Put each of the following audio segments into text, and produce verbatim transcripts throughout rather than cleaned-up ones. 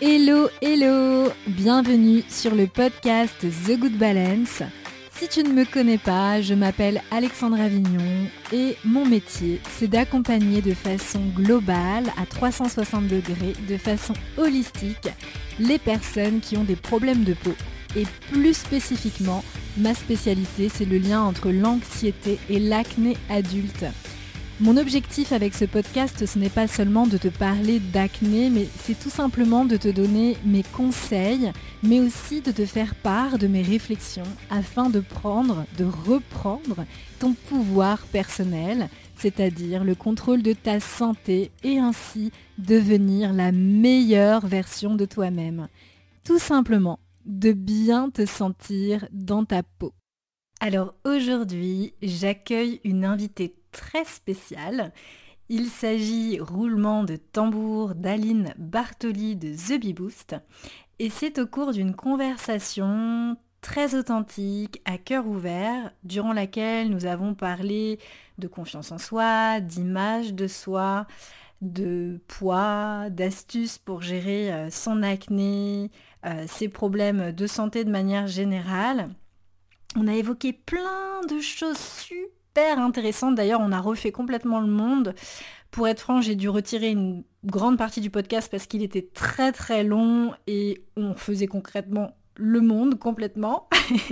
Hello, hello! Bienvenue sur le podcast The Good Balance. Si tu ne me connais pas, je m'appelle Alexandra Vignon et mon métier, c'est d'accompagner de façon globale, à trois cent soixante degrés, de façon holistique, les personnes qui ont des problèmes de peau. Et plus spécifiquement, ma spécialité, c'est le lien entre l'anxiété et l'acné adulte. Mon objectif avec ce podcast, ce n'est pas seulement de te parler d'acné, mais c'est tout simplement de te donner mes conseils, mais aussi de te faire part de mes réflexions afin de prendre, de reprendre ton pouvoir personnel, c'est-à-dire le contrôle de ta santé et ainsi devenir la meilleure version de toi-même. Tout simplement, de bien te sentir dans ta peau. Alors aujourd'hui, j'accueille une invitée très spéciale. Il s'agit, roulement de tambour, d'Aline Bartoli de The Bee Boost. Et c'est au cours d'une conversation très authentique, à cœur ouvert, durant laquelle nous avons parlé de confiance en soi, d'image de soi, de poids, d'astuces pour gérer euh, son acné, euh, ses problèmes de santé de manière générale. On a évoqué plein de choses super intéressantes. D'ailleurs, on a refait complètement le monde. Pour être franc, j'ai dû retirer une grande partie du podcast parce qu'il était très très long et on faisait concrètement le monde complètement.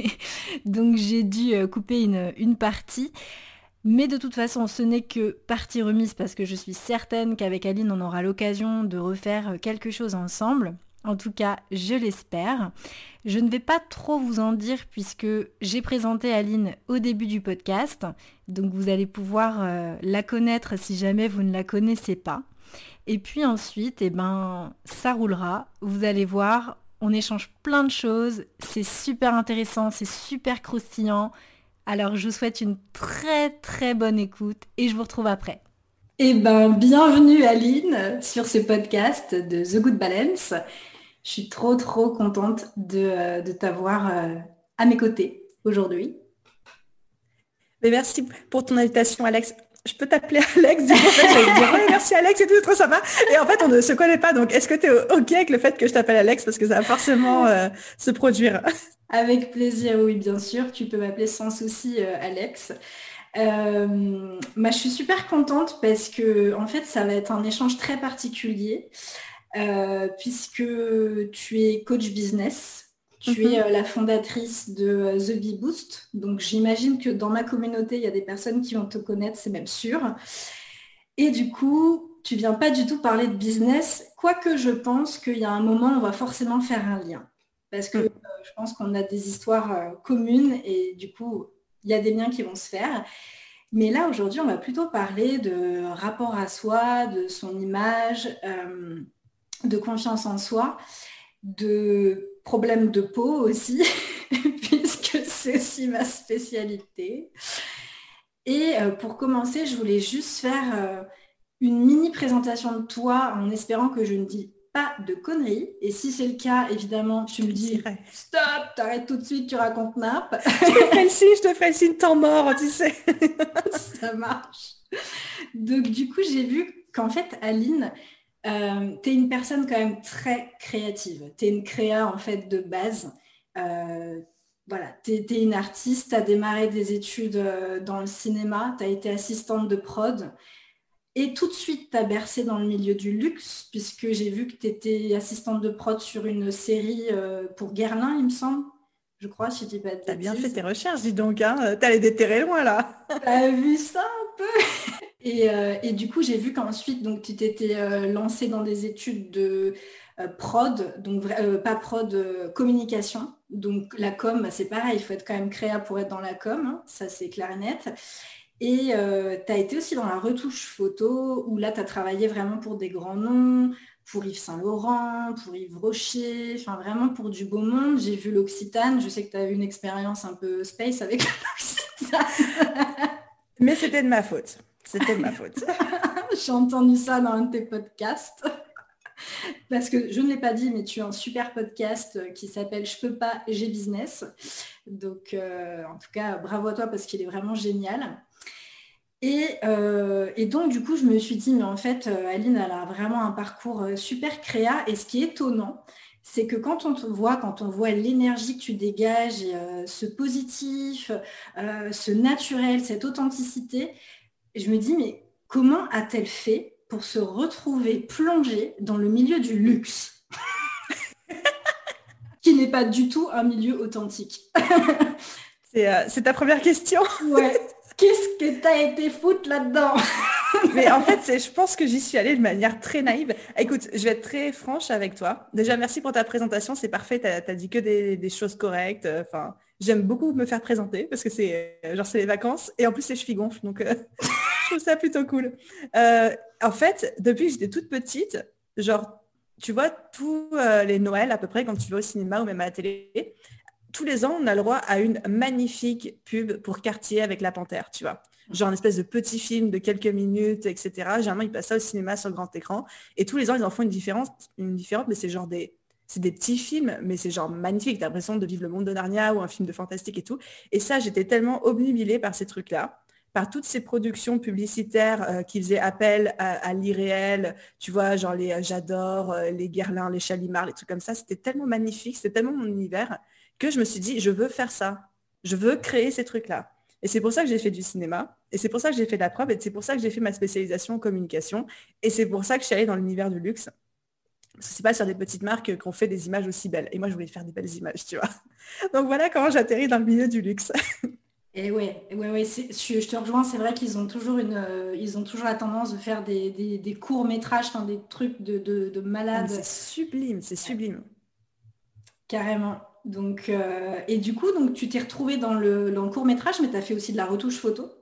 Donc j'ai dû couper une, une partie. Mais de toute façon, ce n'est que partie remise parce que je suis certaine qu'avec Aline, on aura l'occasion de refaire quelque chose ensemble. En tout cas, je l'espère. Je ne vais pas trop vous en dire puisque j'ai présenté Aline au début du podcast. Donc vous allez pouvoir euh, la connaître si jamais vous ne la connaissez pas. Et puis ensuite, eh ben, ça roulera. Vous allez voir, on échange plein de choses. C'est super intéressant, c'est super croustillant. Alors je vous souhaite une très très bonne écoute et je vous retrouve après. Eh ben, bienvenue Aline sur ce podcast de The Good Balance. Je suis trop trop contente de, de t'avoir euh, à mes côtés aujourd'hui. Mais merci pour ton invitation, Alex. Je peux t'appeler Alex, du coup, en fait, j'allais dire ouais, merci Alex et tout, trop sympa. Et en fait, on ne se connaît pas, donc est-ce que tu es OK avec le fait que je t'appelle Alex parce que ça va forcément euh, se produire? Avec plaisir, oui, bien sûr. Tu peux m'appeler sans souci, euh, Alex. Euh, bah, je suis super contente parce que en fait, ça va être un échange très particulier euh, puisque tu es coach business. Tu Mhm. es euh, la fondatrice de euh, The Bee Boost. Donc, j'imagine que dans ma communauté, il y a des personnes qui vont te connaître, c'est même sûr. Et du coup, tu viens pas du tout parler de business, quoique je pense qu'il y a un moment, on va forcément faire un lien. Parce que Mm. euh, je pense qu'on a des histoires euh, communes et du coup, il y a des liens qui vont se faire. Mais là, aujourd'hui, on va plutôt parler de rapport à soi, de son image, euh, de confiance en soi, de problèmes de peau aussi, puisque c'est aussi ma spécialité. Et euh, pour commencer, je voulais juste faire euh, une mini présentation de toi en espérant que je ne dis pas de conneries. Et si c'est le cas, évidemment, tu me dis Dirais. stop, t'arrêtes tout de suite, tu racontes nappe. Je te ferai le signe, je te ferai le signe temps mort, tu sais. Ça marche. Donc du coup, j'ai vu qu'en fait, Aline, euh, tu es une personne quand même très créative. Tu es une créa en fait de base. Euh, voilà, tu es une artiste, tu as démarré des études euh, dans le cinéma, tu as été assistante de prod. Et tout de suite, tu as bercé dans le milieu du luxe, puisque j'ai vu que tu étais assistante de prod sur une série euh, pour Guerlain, il me semble. Je crois, si je dis pas de T'as bien fait bêtises. tes recherches, dis donc, hein. T'es allé déterrer loin, là. T'as vu ça un peu? Et, euh, et du coup, j'ai vu qu'ensuite, donc, tu t'étais euh, lancée dans des études de euh, prod, donc euh, pas prod, euh, communication. Donc la com, bah, c'est pareil, il faut être quand même créa pour être dans la com, hein, ça c'est clair et net. Et euh, tu as été aussi dans la retouche photo, où là, tu as travaillé vraiment pour des grands noms, pour Yves Saint-Laurent, pour Yves Rocher, enfin vraiment pour du beau monde. J'ai vu l'Occitane, je sais que tu as eu une expérience un peu space avec l'Occitane. Mais c'était de ma faute. C'était de ma faute. J'ai entendu ça dans un de tes podcasts. Parce que je ne l'ai pas dit, mais tu as un super podcast qui s'appelle Je peux pas, j'ai business. Donc, euh, en tout cas, bravo à toi parce qu'il est vraiment génial. Et, euh, et donc, du coup, je me suis dit, mais en fait, euh, Aline, elle a vraiment un parcours euh, super créa. Et ce qui est étonnant, c'est que quand on te voit, quand on voit l'énergie que tu dégages, et, euh, ce positif, euh, ce naturel, cette authenticité, je me dis, mais comment a-t-elle fait pour se retrouver plongée dans le milieu du luxe, qui n'est pas du tout un milieu authentique? C'est euh, c'est ta première question. Ouais. Qu'est-ce que t'as été foutre là-dedans? Mais en fait, c'est, je pense que j'y suis allée de manière très naïve. Écoute, je vais être très franche avec toi. Déjà, merci pour ta présentation, c'est parfait. Tu as dit que des, des choses correctes. Enfin, j'aime beaucoup me faire présenter parce que c'est euh, genre c'est les vacances et en plus les chevilles gonflent, donc euh, je trouve ça plutôt cool. Euh, en fait, depuis que j'étais toute petite, genre, tu vois, tous euh, les Noëls à peu près quand tu vas au cinéma ou même à la télé, tous les ans, on a le droit à une magnifique pub pour Cartier avec la panthère, tu vois. Genre une espèce de petit film de quelques minutes, et cetera. Généralement, ils passent ça au cinéma sur le grand écran. Et tous les ans, ils en font une différence, une différente, mais c'est genre des, c'est des petits films, mais c'est genre magnifique. T'as l'impression de vivre le monde de Narnia ou un film de fantastique et tout. Et ça, j'étais tellement obnubilée par ces trucs-là, par toutes ces productions publicitaires euh, qui faisaient appel à, à l'irréel, tu vois, genre les euh, J'adore, euh, les Guerlain, les Chalimard, les trucs comme ça. C'était tellement magnifique, c'était tellement mon univers que je me suis dit, je veux faire ça. Je veux créer ces trucs-là. Et c'est pour ça que j'ai fait du cinéma. Et c'est pour ça que j'ai fait de la preuve. Et c'est pour ça que j'ai fait ma spécialisation en communication. Et c'est pour ça que je suis allée dans l'univers du luxe. Parce que c'est pas sur des petites marques qu'on fait des images aussi belles. Et moi, je voulais faire des belles images, tu vois. Donc voilà comment j'atterris dans le milieu du luxe. Et ouais, ouais, ouais, c'est- je, je te rejoins, c'est vrai qu'ils ont toujours une, euh, ils ont toujours la tendance de faire des, des, des courts-métrages, enfin, des trucs de, de, de Non, mais malades, c'est sublime, c'est sublime. carrément. Donc, euh, et du coup, donc, tu t'es retrouvée dans le, dans le court-métrage, mais tu as fait aussi de la retouche photo.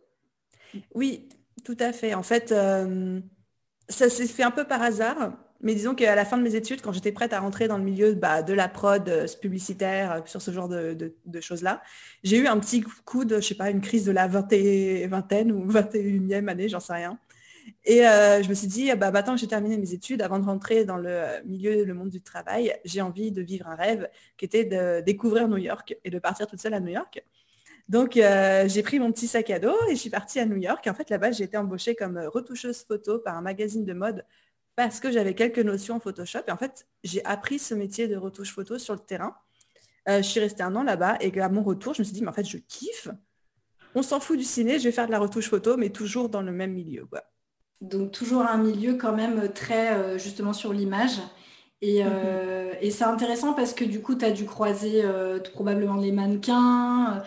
Oui, tout à fait. En fait, euh, ça s'est fait un peu par hasard, mais disons qu'à la fin de mes études, quand j'étais prête à rentrer dans le milieu bah, de la prod euh, publicitaire, euh, sur ce genre de, de- de choses-là, j'ai eu un petit coup de, je sais pas, une crise de la vingt et- vingtaine ou vingt et unième année, j'en sais rien. Et euh, je me suis dit, ah bah, maintenant que j'ai terminé mes études, avant de rentrer dans le euh, milieu, le monde du travail, j'ai envie de vivre un rêve qui était de découvrir New York et de partir toute seule à New York. Donc, euh, j'ai pris mon petit sac à dos et je suis partie à New York. Et en fait, là-bas, j'ai été embauchée comme euh, retoucheuse photo par un magazine de mode parce que j'avais quelques notions en Photoshop. Et en fait, j'ai appris ce métier de retouche photo sur le terrain. Euh, je suis restée un an là-bas et à mon retour, je me suis dit, mais en fait, je kiffe. On s'en fout du ciné, je vais faire de la retouche photo, mais toujours dans le même milieu, quoi. Donc, toujours un milieu quand même très euh, justement sur l'image. Et, Mhm. euh, et c'est intéressant parce que du coup, tu as dû croiser euh, probablement les mannequins,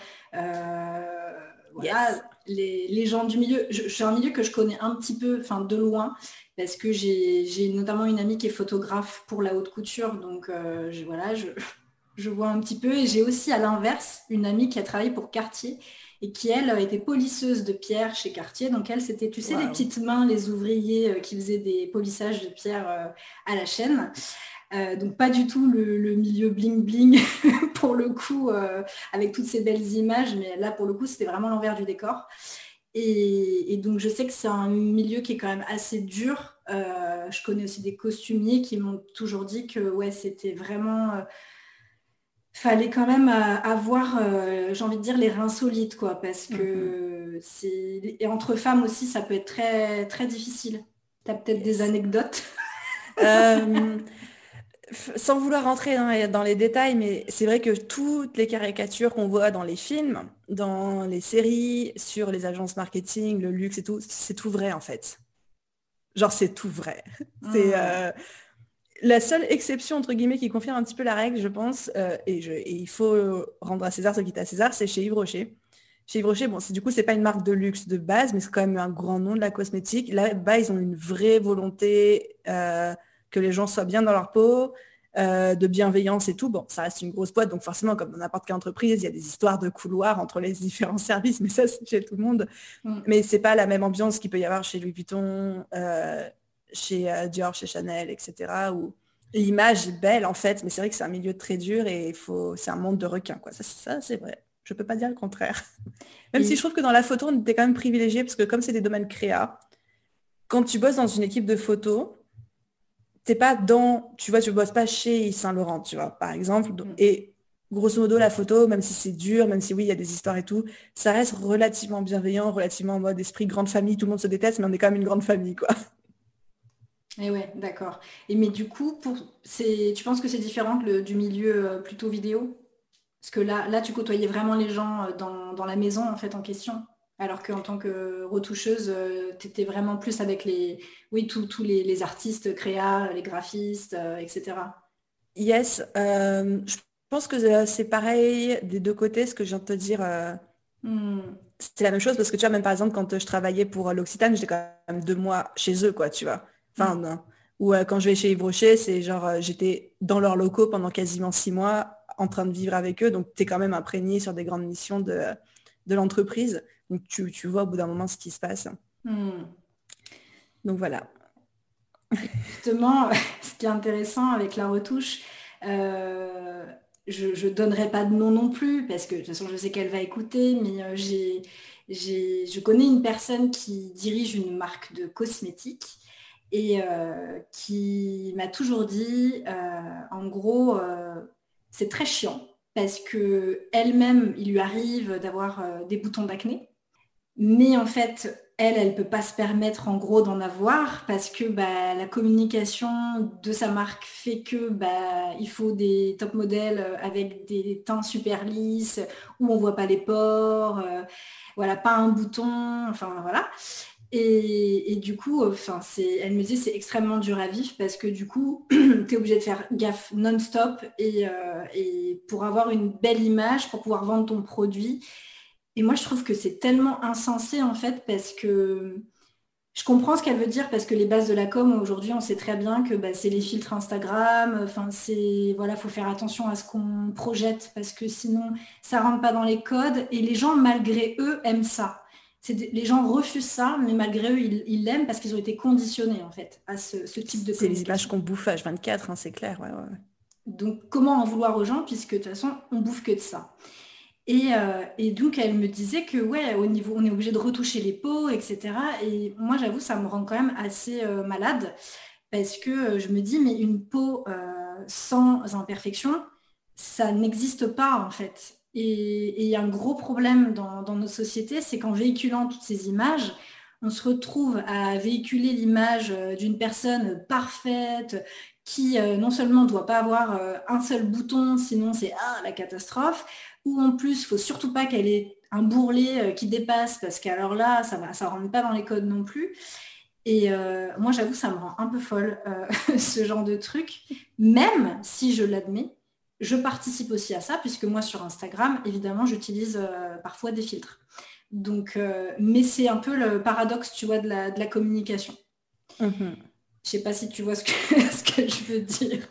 euh, Yes. voilà, les, les gens du milieu. Je, je suis un milieu que je connais un petit peu, enfin de loin, parce que j'ai, j'ai notamment une amie qui est photographe pour la haute couture. Donc euh, je, voilà, je, je vois un petit peu. Et j'ai aussi à l'inverse une amie qui a travaillé pour Cartier et qui, elle, était polisseuse de pierre chez Cartier. Donc elle, c'était, tu sais, les Waouh. petites mains, les ouvriers euh, qui faisaient des polissages de pierre euh, à la chaîne. Euh, donc pas du tout le, le milieu bling bling pour le coup euh, avec toutes ces belles images, mais là pour le coup c'était vraiment l'envers du décor. Et, et donc je sais que c'est un milieu qui est quand même assez dur. Euh, je connais aussi des costumiers qui m'ont toujours dit que ouais c'était vraiment euh, fallait quand même euh, avoir euh, j'ai envie de dire les reins solides quoi parce Mhm. que c'est et entre femmes aussi ça peut être très très difficile. T'as peut-être des Yes. anecdotes? Euh, f- sans vouloir rentrer dans les, dans les détails, mais c'est vrai que toutes les caricatures qu'on voit dans les films, dans les séries, sur les agences marketing, le luxe et tout, c'est tout vrai en fait. Genre, c'est tout vrai. C'est Hmm. euh, la seule exception, entre guillemets, qui confirme un petit peu la règle, je pense, euh, et, je- et il faut rendre à César ce qui est à César, c'est chez Yves Rocher. Chez Yves Rocher, bon, c'est- du coup, c'est pas une marque de luxe de base, mais c'est quand même un grand nom de la cosmétique. Là-bas, ils ont une vraie volonté euh, que les gens soient bien dans leur peau, euh, de bienveillance et tout. Bon, ça reste une grosse boîte, donc forcément, comme dans n'importe quelle entreprise, il y a des histoires de couloirs entre les différents services, mais ça, c'est chez tout le monde. Hmm. Mais c'est pas la même ambiance qu'il peut y avoir chez Louis Vuitton, euh, chez euh, Dior, chez Chanel, et cetera. Où l'image est belle en fait, mais c'est vrai que c'est un milieu très dur et il faut, c'est un monde de requins, quoi. Ça, ça, c'est vrai. Je peux pas dire le contraire. Même si je Et trouve que dans la photo, on était quand même privilégié parce que comme c'est des domaines créa, quand tu bosses dans une équipe de photo, t'es pas dans, tu vois, tu bosses pas chez Yves Saint Laurent, tu vois, par exemple. hmm. Et grosso modo, la photo, même si c'est dur, même si oui, il y a des histoires et tout, ça reste relativement bienveillant, relativement en mode esprit grande famille, tout le monde se déteste, mais on est quand même une grande famille, quoi. Et ouais, d'accord. Et mais du coup, pour, c'est, tu penses que c'est différent le- du milieu euh, plutôt vidéo? Parce que là, là, tu côtoyais vraiment les gens euh, dans, dans la maison en fait en question. Alors qu'en tant que retoucheuse, tu étais vraiment plus avec les, oui, tous tous les, les artistes créa, les graphistes, euh, et cetera. Yes, euh, je pense que euh, c'est pareil des deux côtés, ce que je viens de te dire. euh, Hmm. C'est la même chose parce que tu vois, même par exemple, quand euh, je travaillais pour euh, l'Occitane, j'étais quand même deux mois chez eux, quoi, tu vois. Enfin, Hmm. non. Ou euh, quand je vais chez Yves Rocher, c'est genre, euh, j'étais dans leurs locaux pendant quasiment six mois en train de vivre avec eux. Donc, tu es quand même imprégné sur des grandes missions de, de l'entreprise. Donc, tu, tu vois au bout d'un moment ce qui se passe. Hmm. Donc, voilà. Justement, ce qui est intéressant avec la retouche, euh, je ne donnerai pas de nom non plus, parce que de toute façon, je sais qu'elle va écouter, mais euh, j'ai, j'ai, je connais une personne qui dirige une marque de cosmétiques et euh, qui m'a toujours dit, euh, en gros, euh, c'est très chiant, parce que elle-même, il lui arrive d'avoir euh, des boutons d'acné. Mais en fait, elle, elle ne peut pas se permettre en gros d'en avoir parce que bah, la communication de sa marque fait que bah, il faut des top modèles avec des teints super lisses où on ne voit pas les pores, euh, voilà, pas un bouton, enfin voilà. Et, et du coup, enfin, c'est, elle me dit c'est extrêmement dur à vivre parce que du coup, tu es obligé de faire gaffe non-stop et, euh, et pour avoir une belle image, pour pouvoir vendre ton produit. Et moi, je trouve que c'est tellement insensé en fait parce que je comprends ce qu'elle veut dire parce que les bases de la com aujourd'hui, on sait très bien que bah, c'est les filtres Instagram. Enfin, c'est voilà, faut faire attention à ce qu'on projette parce que sinon, ça rentre pas dans les codes. Et les gens, malgré eux, aiment ça. C'est des- les gens refusent ça, mais malgré eux, ils ils l'aiment parce qu'ils ont été conditionnés en fait à ce, ce type de C'est les images communication. qu'on bouffe H vingt-quatre, hein, c'est clair. Ouais, ouais, ouais. Donc, comment en vouloir aux gens puisque de toute façon, on bouffe que de ça. Et, euh, et donc, elle me disait que, ouais, au niveau, on est obligé de retoucher les peaux, et cetera. Et moi, j'avoue, ça me rend quand même assez euh, malade parce que euh, je me dis, mais une peau euh, sans imperfection, ça n'existe pas, en fait. Et et il y a un gros problème dans, dans nos sociétés, c'est qu'en véhiculant toutes ces images, on se retrouve à véhiculer l'image euh, d'une personne parfaite qui euh, non seulement ne doit pas avoir euh, un seul bouton, sinon c'est ah, la catastrophe, ou en plus, il faut surtout pas qu'elle ait un bourrelet euh, qui dépasse, parce qu'alors là, ça va, ça rentre pas dans les codes non plus. Et euh, moi, j'avoue, ça me rend un peu folle, euh, ce genre de truc. Même si je l'admets, je participe aussi à ça, puisque moi, sur Instagram, évidemment, j'utilise euh, parfois des filtres. Donc, euh, mais c'est un peu le paradoxe, tu vois, de la, de la communication. Mhm. Je sais pas si tu vois ce que, ce que je veux dire.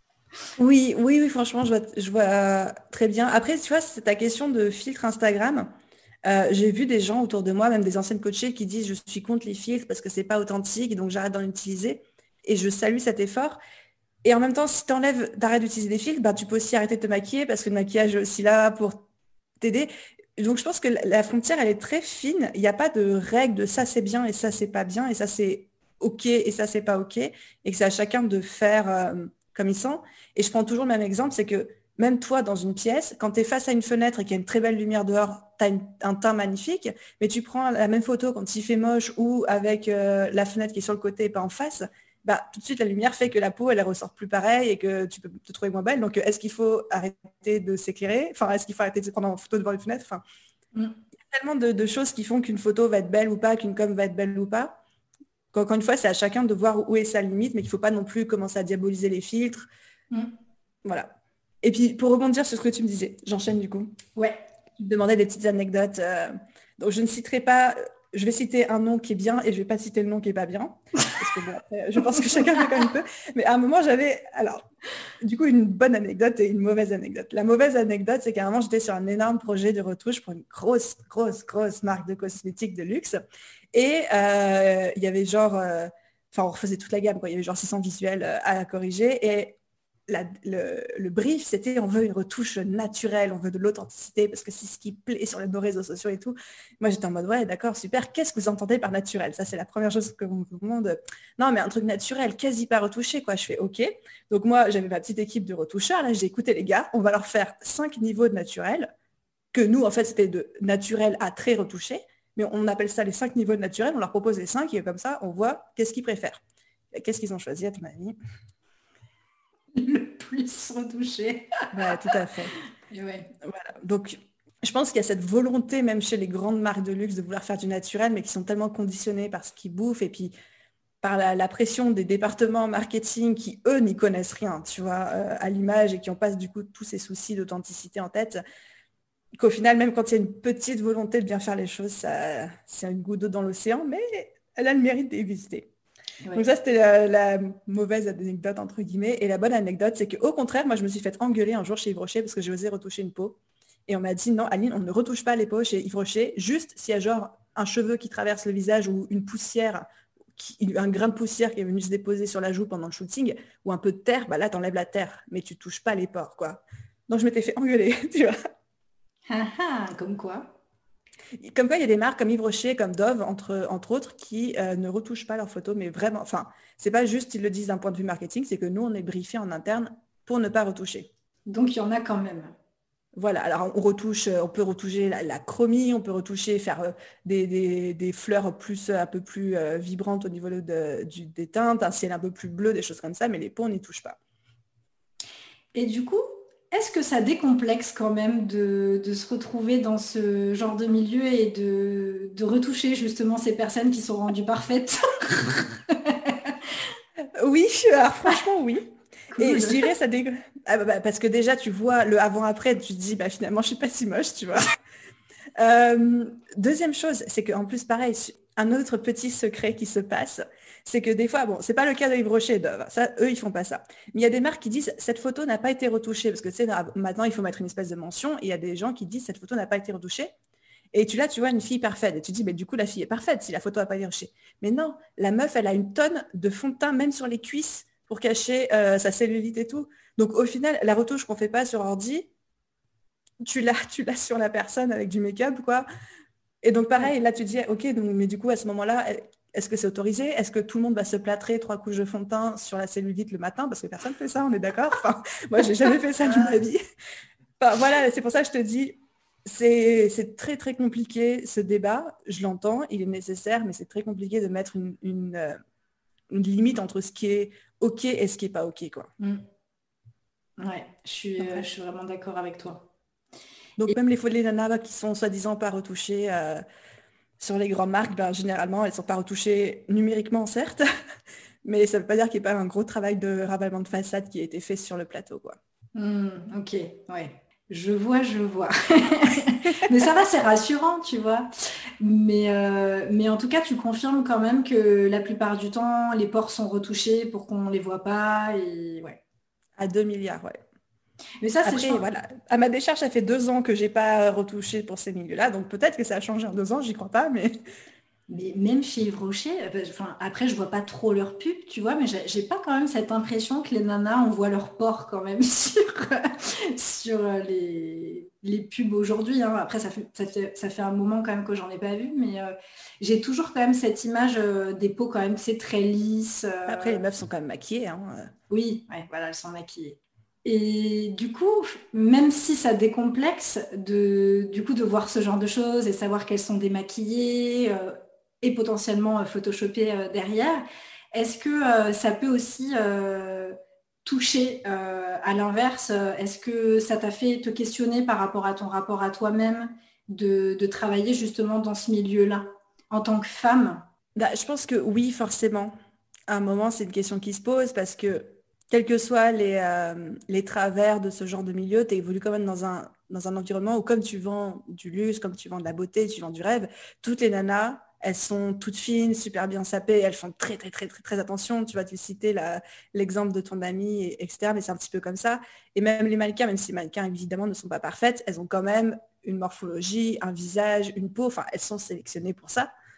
Oui, oui, oui, franchement, je vois, je vois très bien. Après, tu vois, c'est ta question de filtre Instagram. Euh, j'ai vu des gens autour de moi, même des anciennes coachées, qui disent je suis contre les filtres parce que c'est pas authentique, donc j'arrête d'en utiliser. Et je salue cet effort. Et en même temps, si tu enlèves, d'arrêter d'utiliser des filtres, bah, tu peux aussi arrêter de te maquiller parce que le maquillage est aussi là pour t'aider. Donc je pense que la la frontière, elle est très fine. Il n'y a pas de règle de ça c'est bien et ça c'est pas bien et ça c'est OK et ça c'est pas OK et que c'est à chacun de faire euh, comme il sent. Et je prends toujours le même exemple, c'est que même toi dans une pièce, quand tu es face à une fenêtre et qu'il y a une très belle lumière dehors, tu as un teint magnifique, mais tu prends la même photo quand il fait moche ou avec euh, la fenêtre qui est sur le côté et pas en face, bah, tout de suite la lumière fait que la peau elle ressort plus pareil et que tu peux te trouver moins belle. Donc est-ce qu'il faut arrêter de s'éclairer? Enfin, est-ce qu'il faut arrêter de se prendre en photo devant une fenêtre? Enfin, Mm. il y a tellement de, de choses qui font qu'une photo va être belle ou pas, qu'une com va être belle ou pas. Qu'encore une fois, c'est à chacun de voir où est sa limite, mais qu'il ne faut pas non plus commencer à diaboliser les filtres. Mm. Voilà. Et puis, pour rebondir sur ce que tu me disais, j'enchaîne du coup. Ouais. Tu me demandais des petites anecdotes. euh, donc, je ne citerai pas, je vais citer un nom qui est bien et je ne vais pas citer le nom qui n'est pas bien. Parce que bon, après, je pense que chacun fait comme il peut. Mais à un moment, j'avais, alors, du coup, une bonne anecdote et une mauvaise anecdote. La mauvaise anecdote, c'est qu'à un moment, j'étais sur un énorme projet de retouche pour une grosse, grosse, grosse marque de cosmétiques de luxe. Et euh, il y avait genre, euh, enfin, on refaisait toute la gamme, quoi. Il y avait genre six cents visuels euh, à corriger. Et la, le, le brief, c'était on veut une retouche naturelle, on veut de l'authenticité, parce que c'est ce qui plaît sur nos réseaux sociaux et tout. Moi, j'étais en mode, ouais, d'accord, super. Qu'est-ce que vous entendez par naturel? Ça, c'est la première chose que vous me demande. Non, mais un truc naturel, quasi pas retouché, quoi. Je fais, OK. Donc, moi, j'avais ma petite équipe de retoucheurs. Là, j'ai écouté les gars, on va leur faire cinq niveaux de naturel, que nous, en fait, c'était de naturel à très retouché. Mais on appelle ça les cinq niveaux de naturel. On leur propose les cinq et comme ça, on voit qu'est-ce qu'ils préfèrent. Qu'est-ce qu'ils ont choisi, à ton avis? Le plus retouché. Ouais, tout à fait. Et ouais. Voilà. Donc, je pense qu'il y a cette volonté, même chez les grandes marques de luxe, de vouloir faire du naturel, mais qui sont tellement conditionnés par ce qu'ils bouffent et puis par la, la pression des départements marketing qui, eux, n'y connaissent rien, tu vois, euh, à l'image et qui ont pas du coup tous ces soucis d'authenticité en tête, qu'au final, même quand il y a une petite volonté de bien faire les choses, ça, c'est une goutte d'eau dans l'océan, mais elle a le mérite d'exister. Ouais. Donc ça, c'était la, la mauvaise anecdote, entre guillemets. Et la bonne anecdote, c'est qu'au contraire, moi, je me suis fait engueuler un jour chez Yves Rocher parce que j'ai osé retoucher une peau. Et on m'a dit, non, Aline, on ne retouche pas les peaux chez Yves Rocher, juste s'il y a genre un cheveu qui traverse le visage ou une poussière, qui, un grain de poussière qui est venu se déposer sur la joue pendant le shooting, ou un peu de terre, bah là, t'enlèves la terre, mais tu touches pas les pores, quoi. Donc je m'étais fait engueuler, tu vois. Ah ah, comme quoi? Comme quoi, il y a des marques comme Yves Rocher, comme Dove, entre, entre autres, qui euh, ne retouchent pas leurs photos, mais vraiment, enfin, c'est pas juste ils le disent d'un point de vue marketing, c'est que nous, on est briefés en interne pour ne pas retoucher. Donc, il y en a quand même. Voilà, alors on retouche, on peut retoucher la, la chromie, on peut retoucher, faire euh, des, des, des fleurs plus, un peu plus euh, vibrantes au niveau de, du, des teintes, un ciel un peu plus bleu, des choses comme ça, mais les peaux, on n'y touche pas. Et du coup, est-ce que ça décomplexe quand même de, de se retrouver dans ce genre de milieu et de, de retoucher justement ces personnes qui sont rendues parfaites? Oui, alors franchement, oui. Cool. Et je dirais, ça dé... ah bah, parce que déjà, tu vois le avant-après, tu te dis, bah, finalement, je suis pas si moche, tu vois. euh, deuxième chose, c'est qu'en plus, pareil, un autre petit secret qui se passe, c'est que des fois, bon, c'est pas le cas de Yves Rocher et Dove, ça, eux, ils font pas ça. Mais il y a des marques qui disent, cette photo n'a pas été retouchée, parce que tu sais, maintenant, il faut mettre une espèce de mention, et il y a des gens qui disent, cette photo n'a pas été retouchée. Et tu là, tu vois une fille parfaite, et tu dis, mais du coup, la fille est parfaite si la photo n'a pas été retouchée. Mais non, la meuf, elle a une tonne de fond de teint, même sur les cuisses, pour cacher euh, sa cellulite et tout. Donc, au final, la retouche qu'on ne fait pas sur ordi, tu l'as, tu l'as sur la personne avec du make-up, quoi. Et donc, pareil, là, tu dis, OK, donc, mais du coup, à ce moment-là, est-ce que c'est autorisé? Est-ce que tout le monde va se plâtrer trois couches de fond de teint sur la cellulite le matin? Parce que personne ne fait ça, on est d'accord? Enfin, moi, je n'ai jamais fait ça de ma vie. Enfin, voilà, c'est pour ça que je te dis, c'est, c'est très, très compliqué, ce débat. Je l'entends, il est nécessaire, mais c'est très compliqué de mettre une... une euh, une limite entre ce qui est OK et ce qui n'est pas OK, quoi. Mmh. Ouais, je suis, euh, je suis vraiment d'accord avec toi. Donc, et... même les photos des nanas qui sont soi-disant pas retouchées euh, sur les grandes marques, ben, généralement, elles ne sont pas retouchées numériquement, certes, mais ça ne veut pas dire qu'il n'y a pas un gros travail de ravalement de façade qui a été fait sur le plateau, quoi. Mmh, OK, ouais. Je vois, je vois. Mais ça va, c'est rassurant, tu vois. Mais, euh, mais en tout cas, tu confirmes quand même que la plupart du temps, les pores sont retouchés pour qu'on ne les voit pas. Et... ouais. À deux milliards, ouais. Mais ça, c'est Après, chiant. Voilà. À ma décharge, ça fait deux ans que je n'ai pas retouché pour ces milieux-là. Donc peut-être que ça a changé en deux ans, j'y crois pas, mais... Mais même chez Yves Rocher, enfin, après je vois pas trop leurs pubs, tu vois, mais j'ai, j'ai pas quand même cette impression que les nanas, on voit leurs pores quand même sur, sur les, les pubs aujourd'hui. Hein. Après, ça fait, ça, fait, ça fait un moment quand même que j'en ai pas vu, mais euh, j'ai toujours quand même cette image euh, des peaux quand même, c'est très lisse. Euh... Après, les meufs sont quand même maquillées. Hein. Oui, ouais, voilà, elles sont maquillées. Et du coup, même si ça décomplexe de, du coup, de voir ce genre de choses et savoir qu'elles sont démaquillées, euh, et potentiellement euh, photoshopé euh, derrière, est-ce que euh, ça peut aussi euh, toucher euh, à l'inverse? Est-ce que ça t'a fait te questionner par rapport à ton rapport à toi-même de, de travailler justement dans ce milieu-là en tant que femme? Bah, je pense que oui, forcément. À un moment, c'est une question qui se pose parce que quels que soient les, euh, les travers de ce genre de milieu, tu évolues quand même dans un, dans un environnement où comme tu vends du luxe, comme tu vends de la beauté, tu vends du rêve, toutes les nanas, elles sont toutes fines, super bien sapées, elles font très, très, très, très, très attention. Tu vas te citer la, l'exemple de ton amie, et cetera. Mais c'est un petit peu comme ça. Et même les mannequins, même si les mannequins, évidemment, ne sont pas parfaites, elles ont quand même une morphologie, un visage, une peau. Enfin, elles sont sélectionnées pour ça.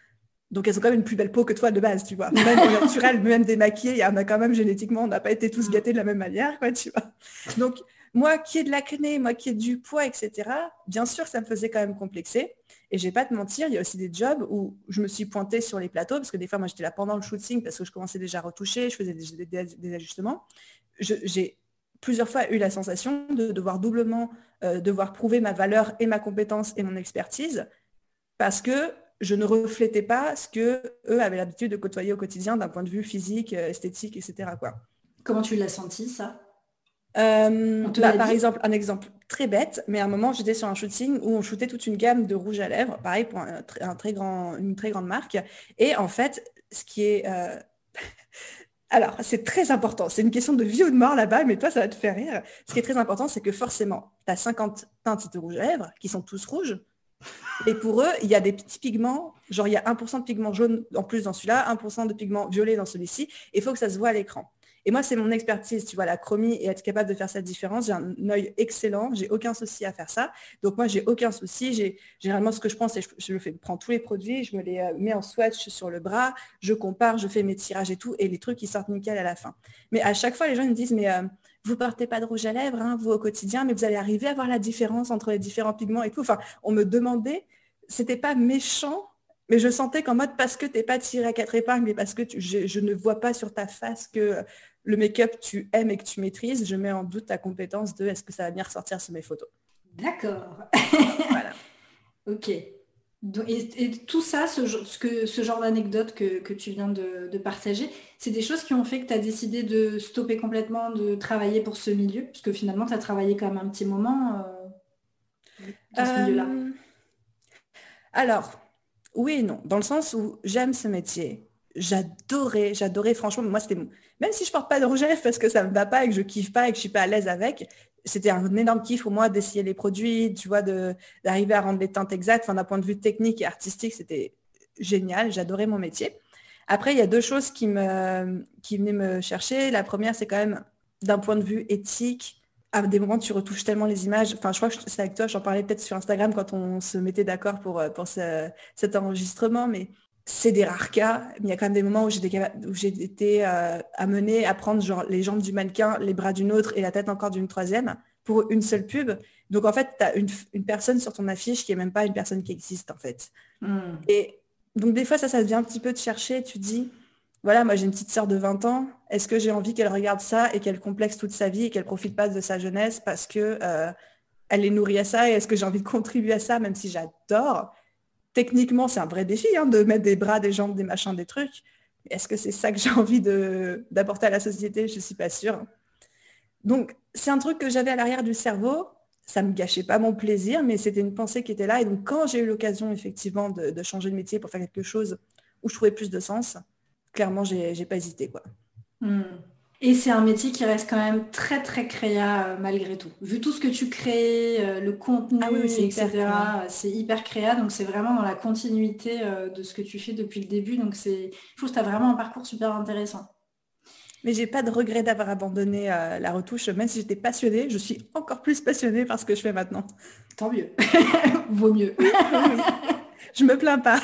Donc, elles ont quand même une plus belle peau que toi de base, tu vois. Même au naturel, même démaquillées, il y en a quand même génétiquement, on n'a pas été tous gâtés de la même manière, quoi, tu vois. Donc, moi qui ai de l'acné, moi qui ai du poids, et cetera, bien sûr, ça me faisait quand même complexer. Et je vais pas te mentir, il y a aussi des jobs où je me suis pointée sur les plateaux, parce que des fois, moi, j'étais là pendant le shooting, parce que je commençais déjà à retoucher, je faisais des, des, des ajustements. Je, j'ai plusieurs fois eu la sensation de devoir doublement, euh, devoir prouver ma valeur et ma compétence et mon expertise, parce que je ne reflétais pas ce qu'eux avaient l'habitude de côtoyer au quotidien d'un point de vue physique, esthétique, et cetera, quoi. Comment tu l'as senti, ça? Euh, bah, par exemple, un exemple très bête, mais à un moment, j'étais sur un shooting où on shootait toute une gamme de rouge à lèvres, pareil pour un, un très grand, une très grande marque. Et en fait, ce qui est... Euh... Alors, c'est très important. C'est une question de vie ou de mort là-bas, mais toi, ça va te faire rire. Ce qui est très important, c'est que forcément, tu as cinquante teintes de rouge à lèvres qui sont tous rouges. Et pour eux, il y a des petits pigments, genre il y a un pour cent de pigments jaunes en plus dans celui-là, un pour cent de pigments violets dans celui-ci. Il faut que ça se voit à l'écran. Et moi, c'est mon expertise, tu vois, la chromie et être capable de faire cette différence. J'ai un œil excellent, j'ai aucun souci à faire ça. Donc moi, j'ai aucun souci. J'ai, généralement, ce que je prends, c'est que je, je, fais, je prends tous les produits, je me les euh, mets en swatch sur le bras, je compare, je fais mes tirages et tout, et les trucs, qui sortent nickel à la fin. Mais à chaque fois, les gens ils me disent, mais euh, vous ne portez pas de rouge à lèvres, hein, vous, au quotidien, mais vous allez arriver à voir la différence entre les différents pigments et tout. Enfin, on me demandait, c'était pas méchant, mais je sentais qu'en mode, parce que tu n'es pas tiré à quatre épingles, mais parce que tu, je, je ne vois pas sur ta face que le make-up, tu aimes et que tu maîtrises, je mets en doute ta compétence de est-ce que ça va bien ressortir sur mes photos. D'accord. Voilà. Ok. Et, et tout ça, ce, ce, que, ce genre d'anecdote que, que tu viens de, de partager, c'est des choses qui ont fait que tu as décidé de stopper complètement de travailler pour ce milieu, parce que finalement, tu as travaillé quand même un petit moment euh, dans ce euh... milieu-là. Alors, oui et non, dans le sens où j'aime ce métier. J'adorais, j'adorais, franchement, moi, c'était... Même si je porte pas de rouge à lèvres parce que ça me va pas et que je kiffe pas et que je suis pas à l'aise avec, c'était un énorme kiff pour moi d'essayer les produits, tu vois, de, d'arriver à rendre les teintes exactes. Enfin, d'un point de vue technique et artistique, c'était génial. J'adorais mon métier. Après, il y a deux choses qui, me, qui venaient me chercher. La première, c'est quand même d'un point de vue éthique. À des moments, tu retouches tellement les images. Enfin, je crois que c'est avec toi, j'en parlais peut-être sur Instagram quand on se mettait d'accord pour, pour ce, cet enregistrement, mais c'est des rares cas. Il y a quand même des moments où j'ai, des, où j'ai été euh, amenée à prendre genre, les jambes du mannequin, les bras d'une autre et la tête encore d'une troisième pour une seule pub. Donc, en fait, tu as une, une personne sur ton affiche qui n'est même pas une personne qui existe, en fait. Mm. Et donc, des fois, ça, ça devient un petit peu de chercher. Tu te dis, voilà, moi, j'ai une petite sœur de vingt ans. Est-ce que j'ai envie qu'elle regarde ça et qu'elle complexe toute sa vie et qu'elle ne profite pas de sa jeunesse parce que euh, elle est nourrie à ça? Et est-ce que j'ai envie de contribuer à ça, même si j'adore? Techniquement, c'est un vrai défi hein, de mettre des bras, des jambes, des machins, des trucs. Est-ce que c'est ça que j'ai envie de, d'apporter à la société? Je ne suis pas sûre. Donc, c'est un truc que j'avais à l'arrière du cerveau. Ça ne me gâchait pas mon plaisir, mais c'était une pensée qui était là. Et donc, quand j'ai eu l'occasion, effectivement, de, de changer de métier pour faire quelque chose où je trouvais plus de sens, clairement, j'ai, j'ai pas hésité, quoi. Mmh. Et c'est un métier qui reste quand même très, très créa euh, malgré tout. Vu tout ce que tu crées, euh, le contenu, ah oui, oui, et cetera, c'est hyper créa. Donc, c'est vraiment dans la continuité euh, de ce que tu fais depuis le début. Donc, c'est, je trouve que tu as vraiment un parcours super intéressant. Mais j'ai pas de regret d'avoir abandonné euh, la retouche. Même si j'étais passionnée, je suis encore plus passionnée par ce que je fais maintenant. Tant mieux. Vaut mieux. Oui, oui. Je me plains pas.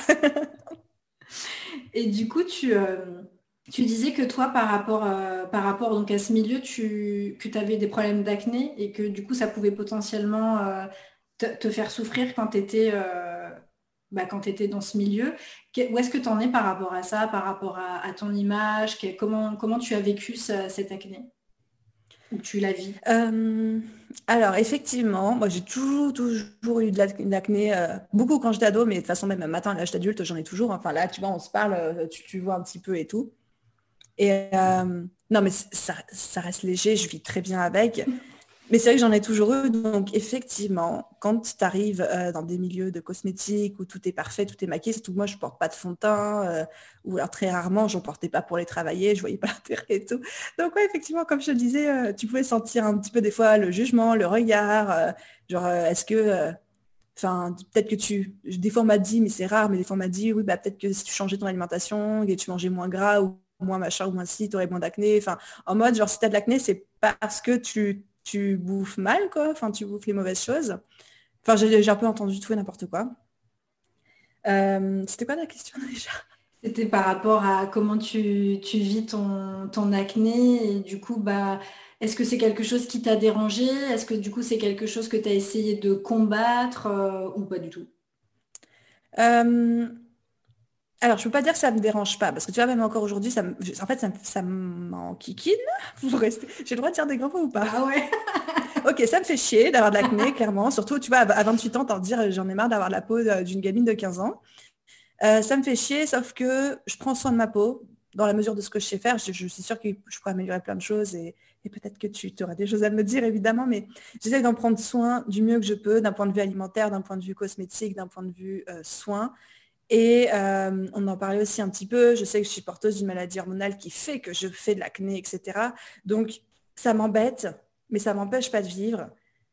Et du coup, tu... Euh... Tu disais que toi, par rapport, euh, par rapport donc à ce milieu, tu, que tu avais des problèmes d'acné et que du coup, ça pouvait potentiellement euh, te, te faire souffrir quand tu étais, euh, bah, quand tu étais dans ce milieu. Que, où est-ce que tu en es par rapport à ça, par rapport à, à ton image? Que, comment, comment tu as vécu ça, cette acné? Ou tu la vis? euh, Alors, effectivement, moi, j'ai toujours, toujours eu de l'acné, euh, beaucoup quand j'étais ado, mais de toute façon, même maintenant, à l'âge d'adulte, j'en ai toujours. Enfin, là, tu vois, on se parle, tu, tu vois un petit peu et tout. Et euh, non, mais ça, ça reste léger, je vis très bien avec. Mais c'est vrai que j'en ai toujours eu. Donc, effectivement, quand tu arrives euh, dans des milieux de cosmétiques où tout est parfait, tout est maquillé, surtout que moi, je ne porte pas de fond de teint, euh, ou alors très rarement, je n'en portais pas pour les travailler, je ne voyais pas l'intérêt et tout. Donc, ouais, effectivement, comme je te le disais, euh, tu pouvais sentir un petit peu des fois le jugement, le regard, euh, genre, euh, est-ce que... Enfin, euh, peut-être que tu... Des fois, on m'a dit, mais c'est rare, mais des fois, on m'a dit, oui, bah, peut-être que si tu changeais ton alimentation et tu mangeais moins gras ou moins machin ou moins si, tu aurais moins d'acné. Enfin, en mode, genre, si tu as de l'acné, c'est parce que tu, tu bouffes mal, quoi. Enfin, tu bouffes les mauvaises choses. Enfin, j'ai, j'ai un peu entendu tout et n'importe quoi. Euh, c'était quoi la question déjà? C'était par rapport à comment tu, tu vis ton, ton acné et du coup, bah, est-ce que c'est quelque chose qui t'a dérangé? Est-ce que du coup, c'est quelque chose que tu as essayé de combattre euh, ou pas du tout? Euh, alors, je peux pas dire que ça me dérange pas, parce que tu vois, même encore aujourd'hui, ça me- en fait, ça, me- ça m'enquiquine. Vous restez... J'ai le droit de dire des grands mots ou pas? Bah ouais. Ok, ça me fait chier d'avoir de l'acné, clairement. Surtout, tu vois, à vingt-huit ans, t'en dire, j'en ai marre d'avoir la peau euh, d'une gamine de quinze ans. Euh, ça me fait chier, sauf que je prends soin de ma peau dans la mesure de ce que je sais faire. Je, je suis sûre que je pourrais améliorer plein de choses et, et peut-être que tu auras des choses à me dire, évidemment, mais j'essaie d'en prendre soin du mieux que je peux, d'un point de vue alimentaire, d'un point de vue cosmétique, d'un point de vue euh, soin. Et euh, on en parlait aussi un petit peu. Je sais que je suis porteuse d'une maladie hormonale qui fait que je fais de l'acné, et cetera. Donc, ça m'embête, mais ça m'empêche pas de vivre.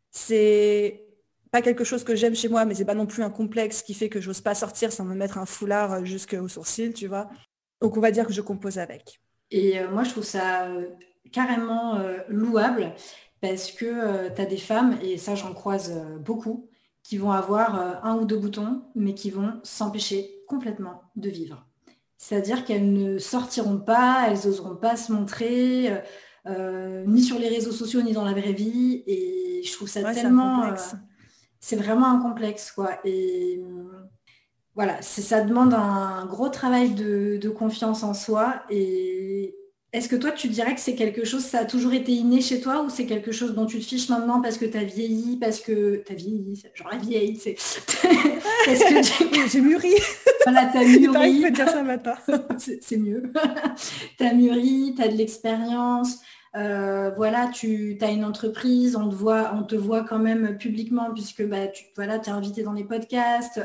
C'est pas quelque chose que j'aime chez moi, mais c'est pas non plus un complexe qui fait que j'ose pas sortir sans me mettre un foulard jusqu'aux sourcils, tu vois. Donc, on va dire que je compose avec. Et euh, moi, je trouve ça euh, carrément euh, louable parce que tu as des femmes, et ça, j'en croise euh, beaucoup, qui vont avoir euh, un ou deux boutons, mais qui vont s'empêcher complètement de vivre. C'est-à-dire qu'elles ne sortiront pas, elles n'oseront pas se montrer, euh, euh, ni sur les réseaux sociaux, ni dans la vraie vie. Et je trouve ça Ouais, c'est un tellement... euh, complexe. c'est vraiment un complexe, quoi. Et euh, voilà, c'est- ça demande un gros travail de, de confiance en soi. Et est-ce que toi, tu dirais que c'est quelque chose, ça a toujours été inné chez toi ou c'est quelque chose dont tu te fiches maintenant parce que tu as vieilli, parce que tu as vieilli, c'est genre la vieille, c'est... parce que tu... Oui, j'ai mûri. voilà, tu as Il paraît qu'il mûri, faut dire ça maintenant. c'est c'est mieux. Tu as mûri, tu as de l'expérience. Euh, voilà, tu as une entreprise, on te voit, on te voit quand même publiquement puisque bah, tu voilà, es invité dans les podcasts,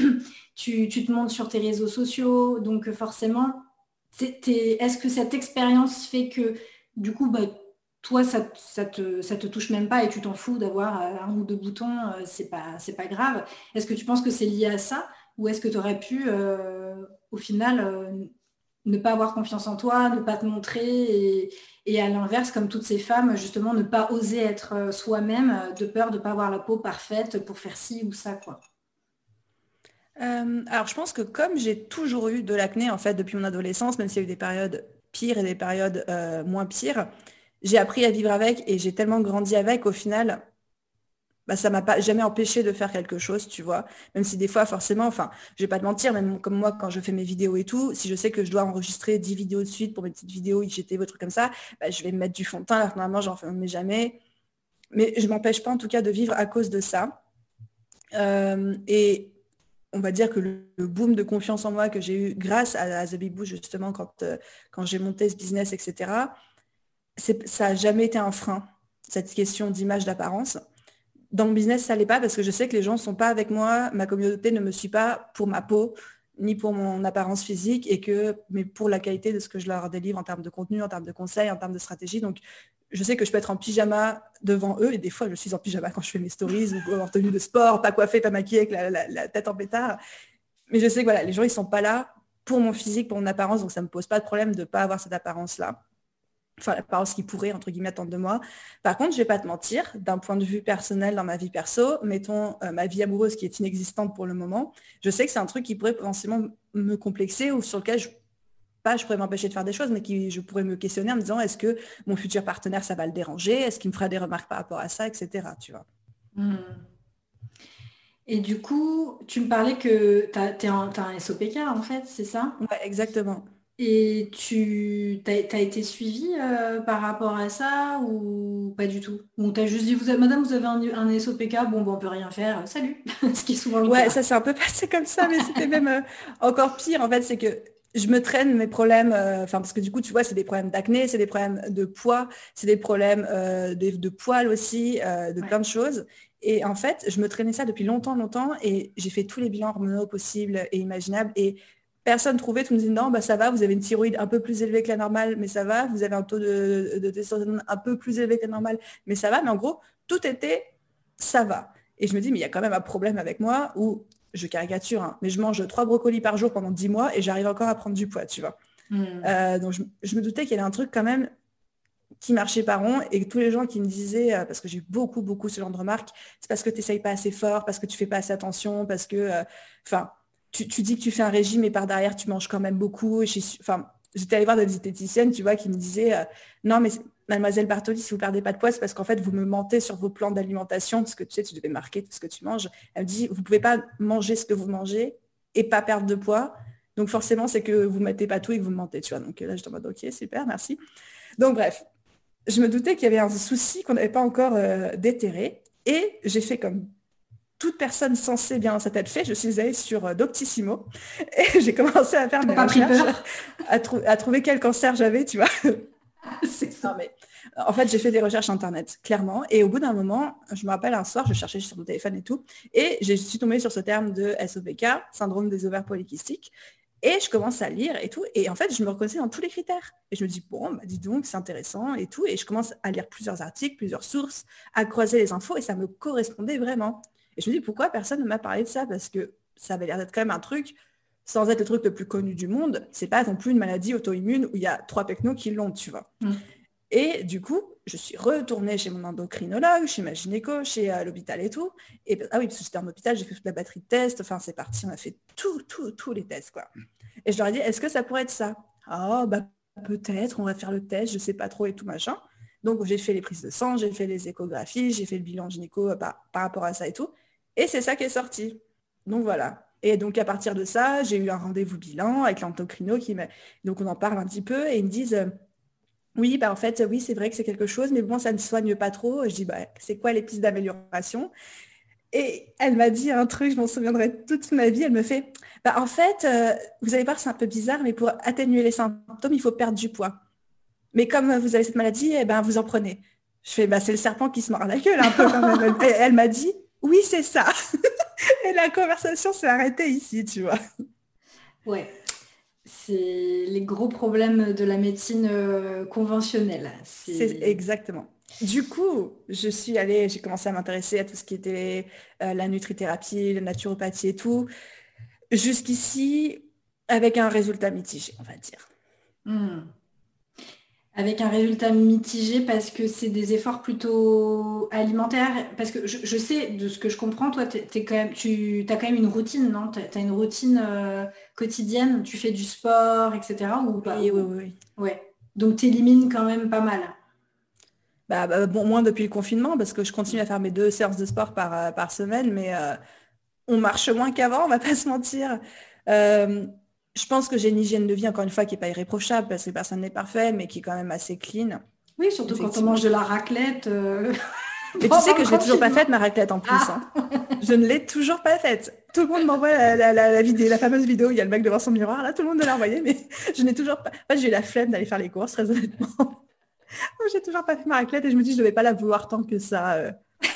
tu, tu te montres sur tes réseaux sociaux, donc forcément, t'es- t'es- est-ce que cette expérience fait que du coup, bah, toi, ça, ça te, ça te touche même pas et tu t'en fous d'avoir euh, un ou deux boutons, euh, c'est pas, c'est pas grave. Est-ce que tu penses que c'est lié à ça ou est-ce que tu aurais pu, euh, au final, euh, ne pas avoir confiance en toi, ne pas te montrer et, et à l'inverse, comme toutes ces femmes, justement, ne pas oser être euh, soi-même euh, de peur de ne pas avoir la peau parfaite pour faire ci ou ça, quoi. Euh, alors, je pense que comme j'ai toujours eu de l'acné, en fait, depuis mon adolescence, même s'il y a eu des périodes pires et des périodes euh, moins pires, j'ai appris à vivre avec et j'ai tellement grandi avec, au final, bah, ça m'a pas jamais empêché de faire quelque chose, tu vois. Même si des fois, forcément, enfin, je vais pas te mentir, même comme moi, quand je fais mes vidéos et tout, si je sais que je dois enregistrer dix vidéos de suite pour mes petites vidéos I G T V, des trucs comme ça, bah, je vais me mettre du fond de teint, alors que normalement, j'en fais mais jamais. Mais je m'empêche pas, en tout cas, de vivre à cause de ça. Euh, et on va dire que le, le boom de confiance en moi que j'ai eu grâce à, à The Big Boo, justement, quand, euh, quand j'ai monté ce business, et cetera, c'est, ça n'a jamais été un frein, cette question d'image, d'apparence. Dans mon business, ça l'est pas parce que je sais que les gens ne sont pas avec moi, ma communauté ne me suit pas pour ma peau, ni pour mon apparence physique, et que, mais pour la qualité de ce que je leur délivre en termes de contenu, en termes de conseils, en termes de stratégie. Donc, je sais que je peux être en pyjama devant eux, et des fois, je suis en pyjama quand je fais mes stories, ou en tenue de sport, pas coiffée, pas maquillée, avec la, la- la tête en pétard. Mais je sais que voilà, les gens, ils sont pas là pour mon physique, pour mon apparence, donc ça me pose pas de problème de ne pas avoir cette apparence-là. Enfin, l'apparence qui pourrait, entre guillemets, attendre de moi. Par contre, je vais pas te mentir, d'un point de vue personnel dans ma vie perso, mettons euh, ma vie amoureuse qui est inexistante pour le moment, je sais que c'est un truc qui pourrait potentiellement me complexer ou sur lequel je, pas je pourrais m'empêcher de faire des choses, mais qui je pourrais me questionner en me disant est-ce que mon futur partenaire, ça va le déranger? Est-ce qu'il me fera des remarques par rapport à ça, et cetera. Tu vois. Hmm. Et du coup, tu me parlais que tu as, un, t'as un S O P K en fait, c'est ça? Ouais, exactement. Et tu as, été suivi euh, par rapport à ça ou pas du tout? Ou t'as juste dit, vous avez, madame, vous avez un, un S O P K, bon, bon, on peut rien faire, euh, salut, ce qui est souvent le Ouais, cas. ça s'est un peu passé comme ça, mais c'était même euh, encore pire. En fait, c'est que je me traîne mes problèmes, euh, enfin, parce que du coup, tu vois, c'est des problèmes d'acné, c'est des problèmes de poids, c'est des problèmes euh, de, de poils aussi, euh, de Ouais. plein de choses. Et en fait, je me traînais ça depuis longtemps, longtemps, et j'ai fait tous les bilans hormonaux possibles et imaginables. Et personne trouvait, tout me disait non, bah ça va, vous avez une thyroïde un peu plus élevée que la normale, mais ça va, vous avez un taux de, de testostérone un peu plus élevé que la normale, mais ça va. Mais en gros, tout était ça va. Et je me dis, mais il y a quand même un problème avec moi où je caricature, hein, mais je mange trois brocolis par jour pendant dix mois et j'arrive encore à prendre du poids, tu vois. Hmm. Euh, donc je, je me doutais qu'il y avait un truc quand même qui marchait pas rond et que tous les gens qui me disaient, euh, parce que j'ai eu beaucoup, beaucoup ce genre de remarques, c'est parce que tu n'essayes pas assez fort, parce que tu fais pas assez attention, parce que, euh, enfin, tu, tu dis que tu fais un régime et par derrière, tu manges quand même beaucoup. Et enfin, j'étais allée voir des diététiciennes, tu vois, qui me disaient euh, non, mais mademoiselle Bartoli, si vous perdez pas de poids, c'est parce qu'en fait, vous me mentez sur vos plans d'alimentation, parce que tu sais, tu devais marquer tout ce que tu manges. Elle me dit, vous pouvez pas manger ce que vous mangez et pas perdre de poids. Donc forcément, c'est que vous mettez pas tout et que vous mentez, tu vois. Donc là, j'étais en mode, ok, super, merci. Donc bref, je me doutais qu'il y avait un souci qu'on n'avait pas encore euh, déterré. Et j'ai fait comme toute personne censée bien dans sa tête fait, je suis allée sur euh, Doctissimo et j'ai commencé à faire mes recherches, à, trou- à trouver quel cancer j'avais, tu vois. C'est ça. Non, mais, en fait, j'ai fait des recherches internet, clairement. Et au bout d'un moment, je me rappelle un soir, je cherchais sur mon téléphone et tout, et je suis tombée sur ce terme de S O P K, syndrome des ovaires polykystiques. Et je commence à lire et tout. Et en fait, je me reconnaissais dans tous les critères. Et je me dis, bon, bah, dis donc, c'est intéressant et tout. Et je commence à lire plusieurs articles, plusieurs sources, à croiser les infos. Et ça me correspondait vraiment. Et je me dis, pourquoi personne ne m'a parlé de ça? Parce que ça avait l'air d'être quand même un truc, sans être le truc le plus connu du monde. C'est pas non plus une maladie auto-immune où il y a trois pecnos qui l'ont, tu vois. Mm. Et du coup, je suis retournée chez mon endocrinologue, chez ma gynéco, chez euh, l'hôpital et tout. Et, ah oui, parce que j'étais en hôpital, j'ai fait toute la batterie de tests. Enfin, c'est parti, on a fait tout, tout, tous les tests, quoi. Et je leur ai dit, est-ce que ça pourrait être ça? Ah, oh, bah peut-être, on va faire le test, je sais pas trop et tout, machin. Donc, j'ai fait les prises de sang, j'ai fait les échographies, j'ai fait le bilan gynéco euh, par, par rapport à ça et tout. Et c'est ça qui est sorti. Donc, voilà. Et donc, à partir de ça, j'ai eu un rendez-vous bilan avec l'endocrino qui m'a... Donc, on en parle un petit peu et ils me disent... Euh, oui, bah en fait, oui, c'est vrai que c'est quelque chose, mais bon, ça ne soigne pas trop. Je dis, bah, c'est quoi les pistes d'amélioration? Et elle m'a dit un truc, je m'en souviendrai toute ma vie. Elle me fait, bah, en fait, euh, vous allez voir, c'est un peu bizarre, mais pour atténuer les symptômes, il faut perdre du poids. Mais comme vous avez cette maladie, eh ben, vous en prenez. Je fais, bah, c'est le serpent qui se mord la gueule un peu quand même. Et elle m'a dit, oui, c'est ça. Et la conversation s'est arrêtée ici, tu vois. Ouais. C'est les gros problèmes de la médecine euh, conventionnelle. C'est... c'est exactement. Du coup, je suis allée, j'ai commencé à m'intéresser à tout ce qui était euh, la nutrithérapie, la naturopathie et tout. Jusqu'ici, avec un résultat mitigé, on va dire. Mmh. Avec un résultat mitigé parce que c'est des efforts plutôt alimentaires. Parce que je, je sais, de ce que je comprends, toi, t'es, t'es quand même, tu as quand même une routine, non? Tu as une routine euh, quotidienne, tu fais du sport, et cetera. Ou pas? Oui, oui, oui. Ouais. Donc, tu élimines quand même pas mal. Bah, bah, bon, moins depuis le confinement, parce que je continue à faire mes deux séances de sport par, euh, par semaine, mais euh, on marche moins qu'avant, on va pas se mentir. Euh, je pense que j'ai une hygiène de vie, encore une fois, qui n'est pas irréprochable, parce que personne n'est parfait, mais qui est quand même assez clean. Oui, surtout quand on mange de la raclette. Euh... Et tu sais que je l'ai toujours pas faite, ma raclette, en plus. Ah. Hein. Je ne l'ai toujours pas faite. Tout le monde m'envoie la, la, la, la, vidéo, la fameuse vidéo où il y a le mec devant son miroir. Là, tout le monde me l'a envoyé, mais je n'ai toujours pas... En fait, j'ai eu la flemme d'aller faire les courses, très honnêtement. J'ai toujours pas fait ma raclette et je me dis je ne devais pas la vouloir tant que ça. Euh...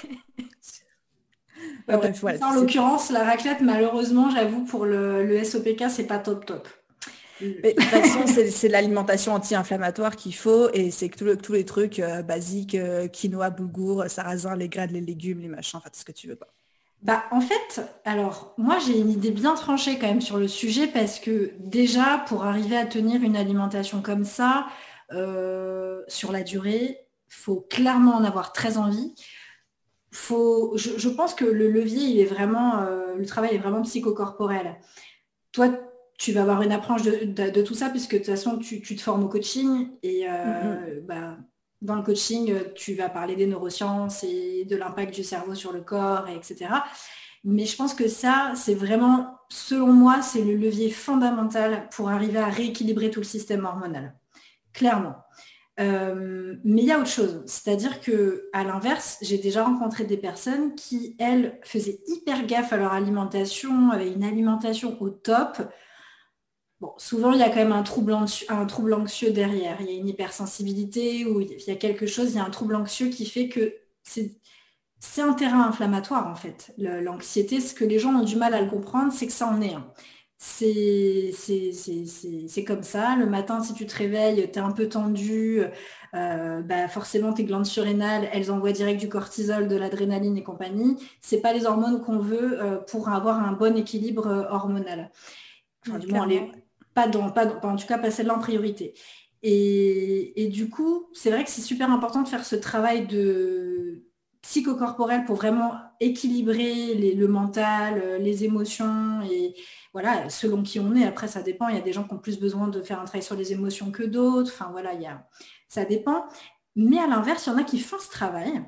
ouais, bref, voilà, en l'occurrence, la raclette, malheureusement, j'avoue, pour le, le S O P K, c'est pas top top. Mais, de toute façon, c'est, c'est l'alimentation anti-inflammatoire qu'il faut et c'est que tous, le, tous les trucs euh, basiques, euh, quinoa, boulgour, sarrasin, les graines, les légumes, les machins, enfin tout ce que tu veux pas. Bah, en fait, alors, moi, j'ai une idée bien tranchée quand même sur le sujet parce que déjà, pour arriver à tenir une alimentation comme ça, euh, sur la durée, il faut clairement en avoir très envie. Faut, je, je pense que le levier, il est vraiment, euh, le travail est vraiment psychocorporel. Toi, tu vas avoir une approche de, de, de tout ça puisque de toute façon, tu, tu te formes au coaching et euh, mm-hmm. bah, dans le coaching, tu vas parler des neurosciences et de l'impact du cerveau sur le corps, et etc. Mais je pense que ça, c'est vraiment, selon moi, c'est le levier fondamental pour arriver à rééquilibrer tout le système hormonal. Clairement. Euh, mais il y a autre chose. C'est-à-dire qu'à l'inverse, j'ai déjà rencontré des personnes qui, elles, faisaient hyper gaffe à leur alimentation, avaient une alimentation au top. Bon, souvent, il y a quand même un trouble, anxieux, un trouble anxieux derrière. Il y a une hypersensibilité ou il y a quelque chose, il y a un trouble anxieux qui fait que c'est, c'est un terrain inflammatoire, en fait. Le, l'anxiété, ce que les gens ont du mal à le comprendre, c'est que ça en est un. C'est, c'est, c'est, c'est, c'est comme ça. Le matin, si tu te réveilles, tu es un peu tendu, euh, bah forcément, tes glandes surrénales, elles envoient direct du cortisol, de l'adrénaline et compagnie. Ce n'est pas les hormones qu'on veut euh, pour avoir un bon équilibre euh, hormonal. Enfin, du moins, les... pas, dans, pas, dans, pas en tout cas, pas celle-là en priorité. Et, et du coup, c'est vrai que c'est super important de faire ce travail de, psychocorporel pour vraiment équilibrer les, le mental, les émotions et voilà, selon qui on est. Après, ça dépend. Il y a des gens qui ont plus besoin de faire un travail sur les émotions que d'autres. Enfin voilà, il y a, ça dépend. Mais à l'inverse, il y en a qui font ce travail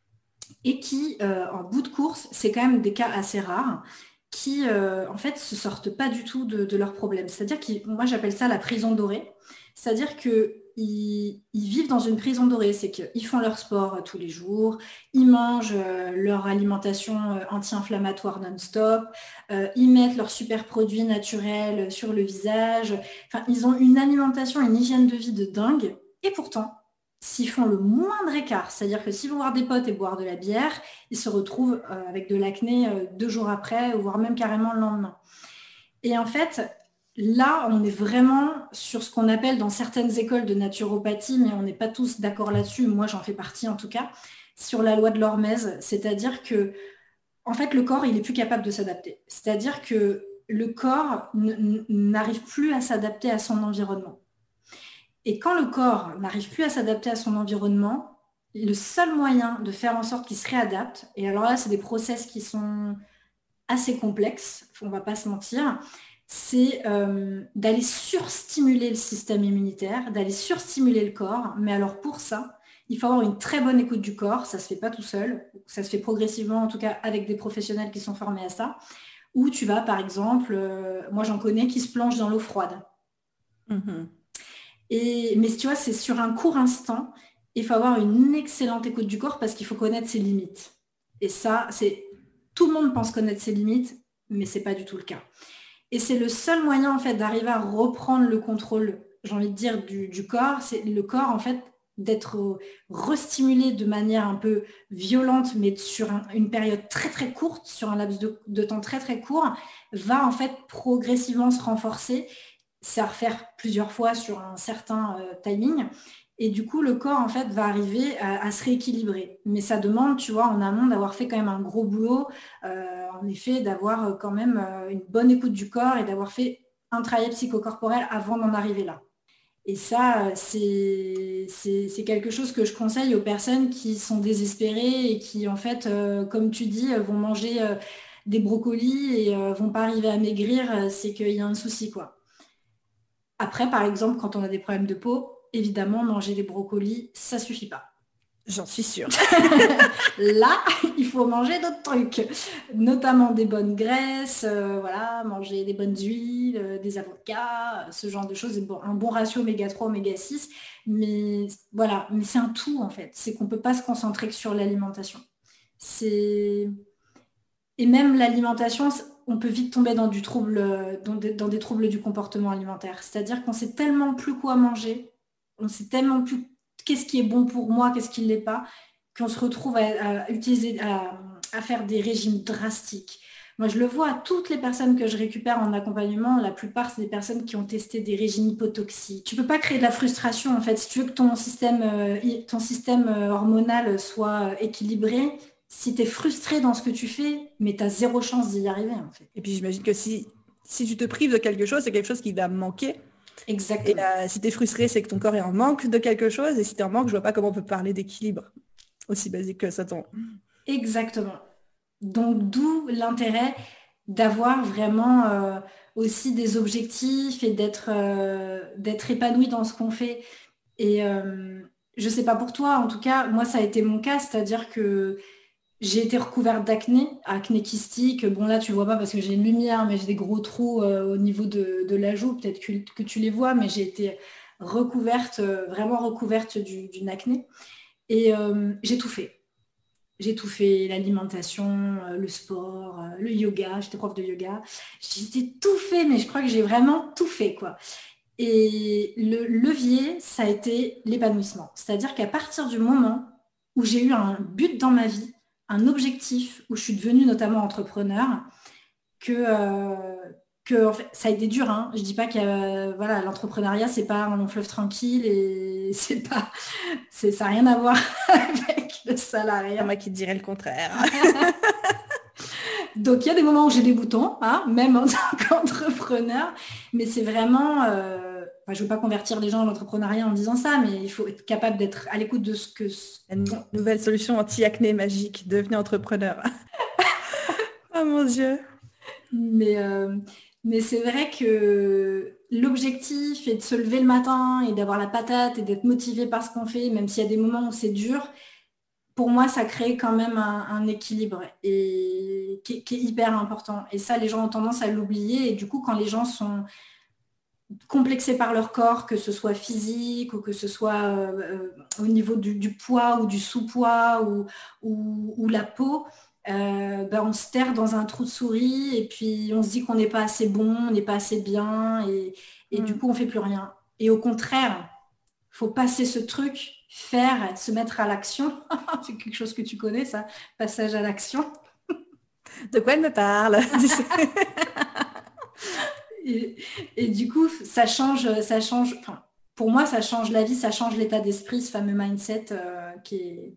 et qui, euh, en bout de course, c'est quand même des cas assez rares, qui euh, en fait se sortent pas du tout de, de leurs problèmes. C'est-à-dire que moi j'appelle ça la prison dorée. C'est-à-dire que Ils, ils vivent dans une prison dorée, c'est qu'ils font leur sport euh, tous les jours, ils mangent euh, leur alimentation euh, anti-inflammatoire non-stop, euh, ils mettent leurs super produits naturels sur le visage, enfin, ils ont une alimentation, une hygiène de vie de dingue, et pourtant, s'ils font le moindre écart, c'est-à-dire que s'ils vont voir des potes et boire de la bière, ils se retrouvent euh, avec de l'acné euh, deux jours après, voire même carrément le lendemain. Et en fait, là, on est vraiment sur ce qu'on appelle dans certaines écoles de naturopathie, mais on n'est pas tous d'accord là-dessus, moi j'en fais partie en tout cas, sur la loi de l'hormèse, c'est-à-dire que en fait, le corps, il est plus capable de s'adapter. C'est-à-dire que le corps n- n'arrive plus à s'adapter à son environnement. Et quand le corps n'arrive plus à s'adapter à son environnement, le seul moyen de faire en sorte qu'il se réadapte, et alors là, c'est des process qui sont assez complexes, on ne va pas se mentir, c'est euh, d'aller surstimuler le système immunitaire, d'aller surstimuler le corps. Mais alors pour ça, il faut avoir une très bonne écoute du corps. Ça ne se fait pas tout seul. Ça se fait progressivement, en tout cas avec des professionnels qui sont formés à ça. Ou tu vas, par exemple, euh, moi j'en connais qui se plongent dans l'eau froide. Mm-hmm. Et, mais tu vois, c'est sur un court instant. Il faut avoir une excellente écoute du corps parce qu'il faut connaître ses limites. Et ça, c'est tout le monde pense connaître ses limites, mais ce n'est pas du tout le cas. Et c'est le seul moyen en fait d'arriver à reprendre le contrôle, j'ai envie de dire, du, du corps. C'est le corps en fait d'être restimulé de manière un peu violente, mais sur un, une période très très courte, sur un laps de, de temps très très court, va en fait progressivement se renforcer. C'est à refaire plusieurs fois sur un certain euh, timing. Et du coup, le corps, en fait, va arriver à, à se rééquilibrer. Mais ça demande, tu vois, en amont, d'avoir fait quand même un gros boulot, euh, en effet, d'avoir quand même euh, une bonne écoute du corps et d'avoir fait un travail psychocorporel avant d'en arriver là. Et ça, c'est, c'est, c'est quelque chose que je conseille aux personnes qui sont désespérées et qui, en fait, euh, comme tu dis, vont manger euh, des brocolis et euh, vont pas arriver à maigrir. C'est qu'il y a un souci, quoi. Après, par exemple, quand on a des problèmes de peau, évidemment, manger des brocolis, ça ne suffit pas. J'en suis sûre. Là, il faut manger d'autres trucs, notamment des bonnes graisses, euh, voilà, manger des bonnes huiles, euh, des avocats, ce genre de choses, bon, un bon ratio oméga trois, oméga six, mais voilà, mais c'est un tout en fait. C'est qu'on ne peut pas se concentrer que sur l'alimentation. C'est... Et même l'alimentation, on peut vite tomber dans, du trouble, dans, des, dans des troubles du comportement alimentaire. C'est-à-dire qu'on sait tellement plus quoi manger, on sait tellement plus qu'est-ce qui est bon pour moi, qu'est-ce qui ne l'est pas, qu'on se retrouve à, à utiliser, à, à faire des régimes drastiques. Moi, je le vois, toutes les personnes que je récupère en accompagnement, la plupart, c'est des personnes qui ont testé des régimes hypotoxiques. Tu ne peux pas créer de la frustration, en fait. Si tu veux que ton système, ton système hormonal soit équilibré, si tu es frustré dans ce que tu fais, mais tu as zéro chance d'y arriver, en fait. Et puis, j'imagine que si, si tu te prives de quelque chose, c'est quelque chose qui va manquer. Exactement. Et euh, si tu es frustré, c'est que ton corps est en manque de quelque chose. Et si tu es en manque, je vois pas comment on peut parler d'équilibre. Aussi basique que ça tombe. Exactement. Donc, d'où l'intérêt d'avoir vraiment euh, aussi des objectifs et d'être euh, d'être épanoui dans ce qu'on fait. Et euh, je sais pas pour toi, en tout cas, moi, ça a été mon cas, c'est-à-dire que j'ai été recouverte d'acné, acné kystique. Bon, là, tu vois pas parce que j'ai une lumière, mais j'ai des gros trous euh, au niveau de, de la joue. Peut-être que, que tu les vois, mais j'ai été recouverte, euh, vraiment recouverte du, d'une acné. Et euh, j'ai tout fait. J'ai tout fait, l'alimentation, euh, le sport, euh, le yoga. J'étais prof de yoga. J'ai tout fait, mais je crois que j'ai vraiment tout fait, quoi. Et le levier, ça a été l'épanouissement. C'est-à-dire qu'à partir du moment où j'ai eu un but dans ma vie, un objectif, où je suis devenue notamment entrepreneur, que, euh, que en fait, ça a été dur. Hein. Je ne dis pas que voilà, l'entrepreneuriat, c'est pas un long fleuve tranquille et c'est pas, c'est, ça n'a rien à voir avec le salariat. Il y en a qui diraient le contraire. Donc, il y a des moments où j'ai des boutons, hein, même en tant qu'entrepreneur, mais c'est vraiment, euh, enfin, je ne veux pas convertir les gens à l'entrepreneuriat en disant ça, mais il faut être capable d'être à l'écoute de ce que... Une nouvelle solution anti-acné magique, devenez entrepreneur. Oh mon Dieu. Mais, euh, mais c'est vrai que l'objectif est de se lever le matin et d'avoir la patate et d'être motivé par ce qu'on fait, même s'il y a des moments où c'est dur. Pour moi, ça crée quand même un, un équilibre et qui, qui est hyper important. Et ça, les gens ont tendance à l'oublier. Et du coup, quand les gens sont complexés par leur corps, que ce soit physique ou que ce soit euh, au niveau du, du poids ou du sous-poids ou, ou, ou la peau, euh, ben on se terre dans un trou de souris et puis on se dit qu'on n'est pas assez bon, on n'est pas assez bien et, et mm. du coup, on ne fait plus rien. Et au contraire, il faut passer ce truc, faire, se mettre à l'action. C'est quelque chose que tu connais, ça, passage à l'action. De quoi elle me parle? et, et du coup, ça change, ça change. Enfin, pour moi, ça change la vie, ça change l'état d'esprit, ce fameux mindset euh, qui, est,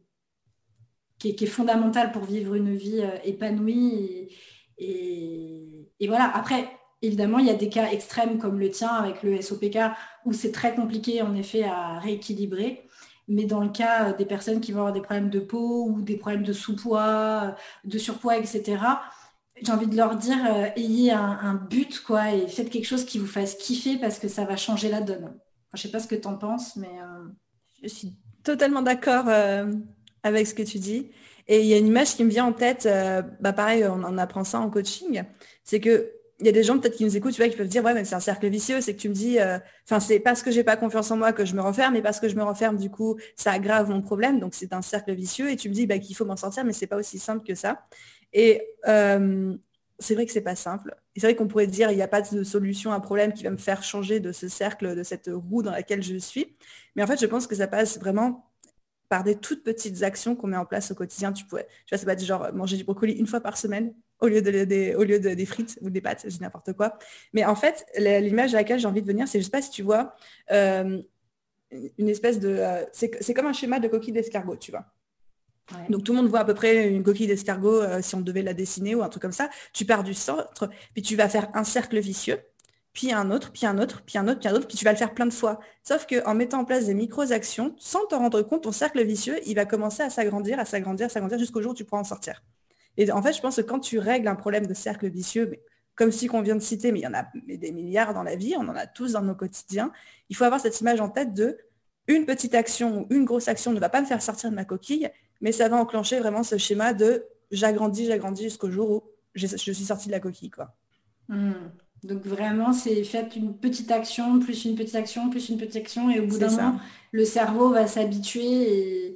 qui, est, qui est fondamental pour vivre une vie euh, épanouie. Et, et, et voilà. Après, évidemment, il y a des cas extrêmes comme le tien avec le S O P K où c'est très compliqué en effet à rééquilibrer. Mais dans le cas des personnes qui vont avoir des problèmes de peau ou des problèmes de sous-poids, de surpoids, et cetera, j'ai envie de leur dire, euh, ayez un, un but quoi, et faites quelque chose qui vous fasse kiffer parce que ça va changer la donne. Enfin, je ne sais pas ce que tu en penses, mais... Euh... Je suis totalement d'accord euh, avec ce que tu dis. Et il y a une image qui me vient en tête, euh, bah pareil, on en apprend ça en coaching, c'est que il y a des gens peut-être qui nous écoutent, tu vois, qui peuvent dire ouais mais c'est un cercle vicieux, c'est que tu me dis, enfin euh, c'est parce que j'ai pas confiance en moi que je me renferme, et parce que je me renferme du coup ça aggrave mon problème, donc c'est un cercle vicieux, et tu me dis bah, qu'il faut m'en sortir, mais c'est pas aussi simple que ça. Et euh, c'est vrai que c'est pas simple. Et c'est vrai qu'on pourrait dire il n'y a pas de solution à un problème qui va me faire changer de ce cercle, de cette roue dans laquelle je suis. Mais en fait je pense que ça passe vraiment par des toutes petites actions qu'on met en place au quotidien. Tu pourrais, tu vois, ça va être genre manger du brocoli une fois par semaine au lieu, de, de, au lieu de, des frites ou des pâtes, je dis n'importe quoi. Mais en fait, l'image à laquelle j'ai envie de venir, c'est, je ne sais pas si tu vois, euh, une espèce de... Euh, c'est comme un schéma de coquille d'escargot, tu vois. Ouais. Donc tout le monde voit à peu près une coquille d'escargot euh, si on devait la dessiner ou un truc comme ça. Tu pars du centre, puis tu vas faire un cercle vicieux, puis un autre, puis un autre, puis un autre, puis un autre, puis tu vas le faire plein de fois. Sauf qu'en mettant en place des micro-actions, sans t'en rendre compte, ton cercle vicieux, il va commencer à s'agrandir, à s'agrandir, à s'agrandir jusqu'au jour où tu pourras en sortir. Et en fait, je pense que quand tu règles un problème de cercle vicieux, mais comme si qu'on vient de citer, mais il y en a des milliards dans la vie, on en a tous dans nos quotidiens, il faut avoir cette image en tête de une petite action ou une grosse action ne va pas me faire sortir de ma coquille, mais ça va enclencher vraiment ce schéma de j'agrandis, j'agrandis jusqu'au jour où je suis sortie de la coquille, quoi. Mmh. Donc vraiment, c'est faites une petite action, plus une petite action, plus une petite action, et au bout d'un moment, le cerveau va s'habituer et,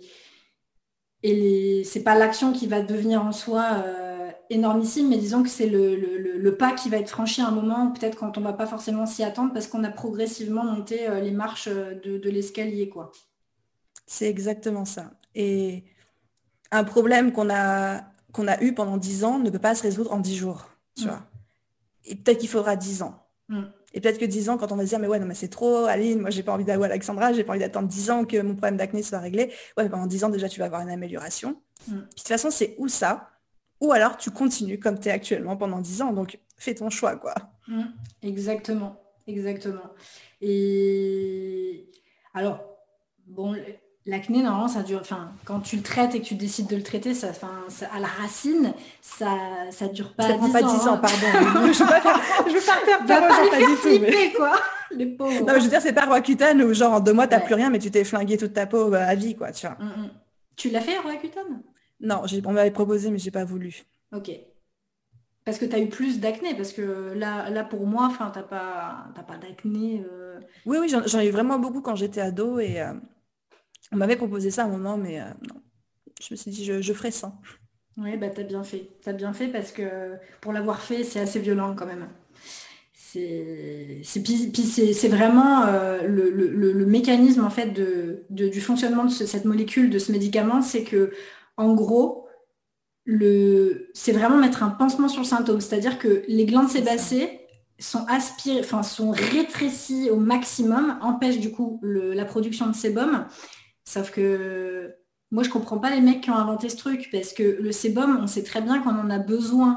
et les... c'est pas l'action qui va devenir en soi euh, énormissime, mais disons que c'est le, le, le pas qui va être franchi à un moment, peut-être quand on va pas forcément s'y attendre, parce qu'on a progressivement monté euh, les marches de, de l'escalier, quoi. C'est exactement ça. Et un problème qu'on a, qu'on a eu pendant dix ans ne peut pas se résoudre en dix jours, tu mmh. vois. Et peut-être qu'il faudra dix ans. Mm. Et peut-être que dix ans, quand on va se dire, mais ouais, non, mais c'est trop, Aline, moi, j'ai pas envie d'aller à Alexandra, j'ai pas envie d'attendre dix ans que mon problème d'acné soit réglé. Ouais, pendant dix ans, déjà, tu vas avoir une amélioration. Mm. Puis, de toute façon, c'est ou ça, ou alors tu continues comme tu es actuellement pendant dix ans. Donc, fais ton choix, quoi. Mm. Exactement, exactement. Et alors, bon... L'acné, normalement, ça dure. Enfin, quand tu le traites et que tu décides de le traiter, ça, enfin, ça, à la racine, ça, ça dure pas. Ça prend pas dix ans, hein. Pardon. je veux pas faire, je veux pas faire peur aux gens, pas du tout. Mais... quoi, les pauvres. Non, mais je veux dire, c'est pas Roaccutane où genre en deux mois t'as ouais. plus rien, mais tu t'es flingué toute ta peau à vie, quoi, tu vois. Mm -mm. Tu l'as fait, Roaccutane? Non, on m'avait proposé, mais j'ai pas voulu. Ok. Parce que tu as eu plus d'acné, parce que là, là pour moi, enfin, t'as pas, t'as pas d'acné. Euh... Oui, oui, j'en ai eu vraiment beaucoup quand j'étais ado et. Euh... On m'avait proposé ça à un moment, mais euh, non. Je me suis dit, je, je ferai ça. Oui, bah, tu as bien fait. Tu as bien fait parce que pour l'avoir fait, c'est assez violent quand même. C'est, c'est, puis c'est, c'est vraiment euh, le, le, le mécanisme en fait, de, de, du fonctionnement de ce, cette molécule, de ce médicament, c'est que, en gros, le, c'est vraiment mettre un pansement sur le symptôme. C'est-à-dire que les glandes sébacées sont aspirées, enfin, sont rétrécies au maximum, empêchent du coup le, la production de sébum. Sauf que moi, je comprends pas les mecs qui ont inventé ce truc, parce que le sébum, on sait très bien qu'on en a besoin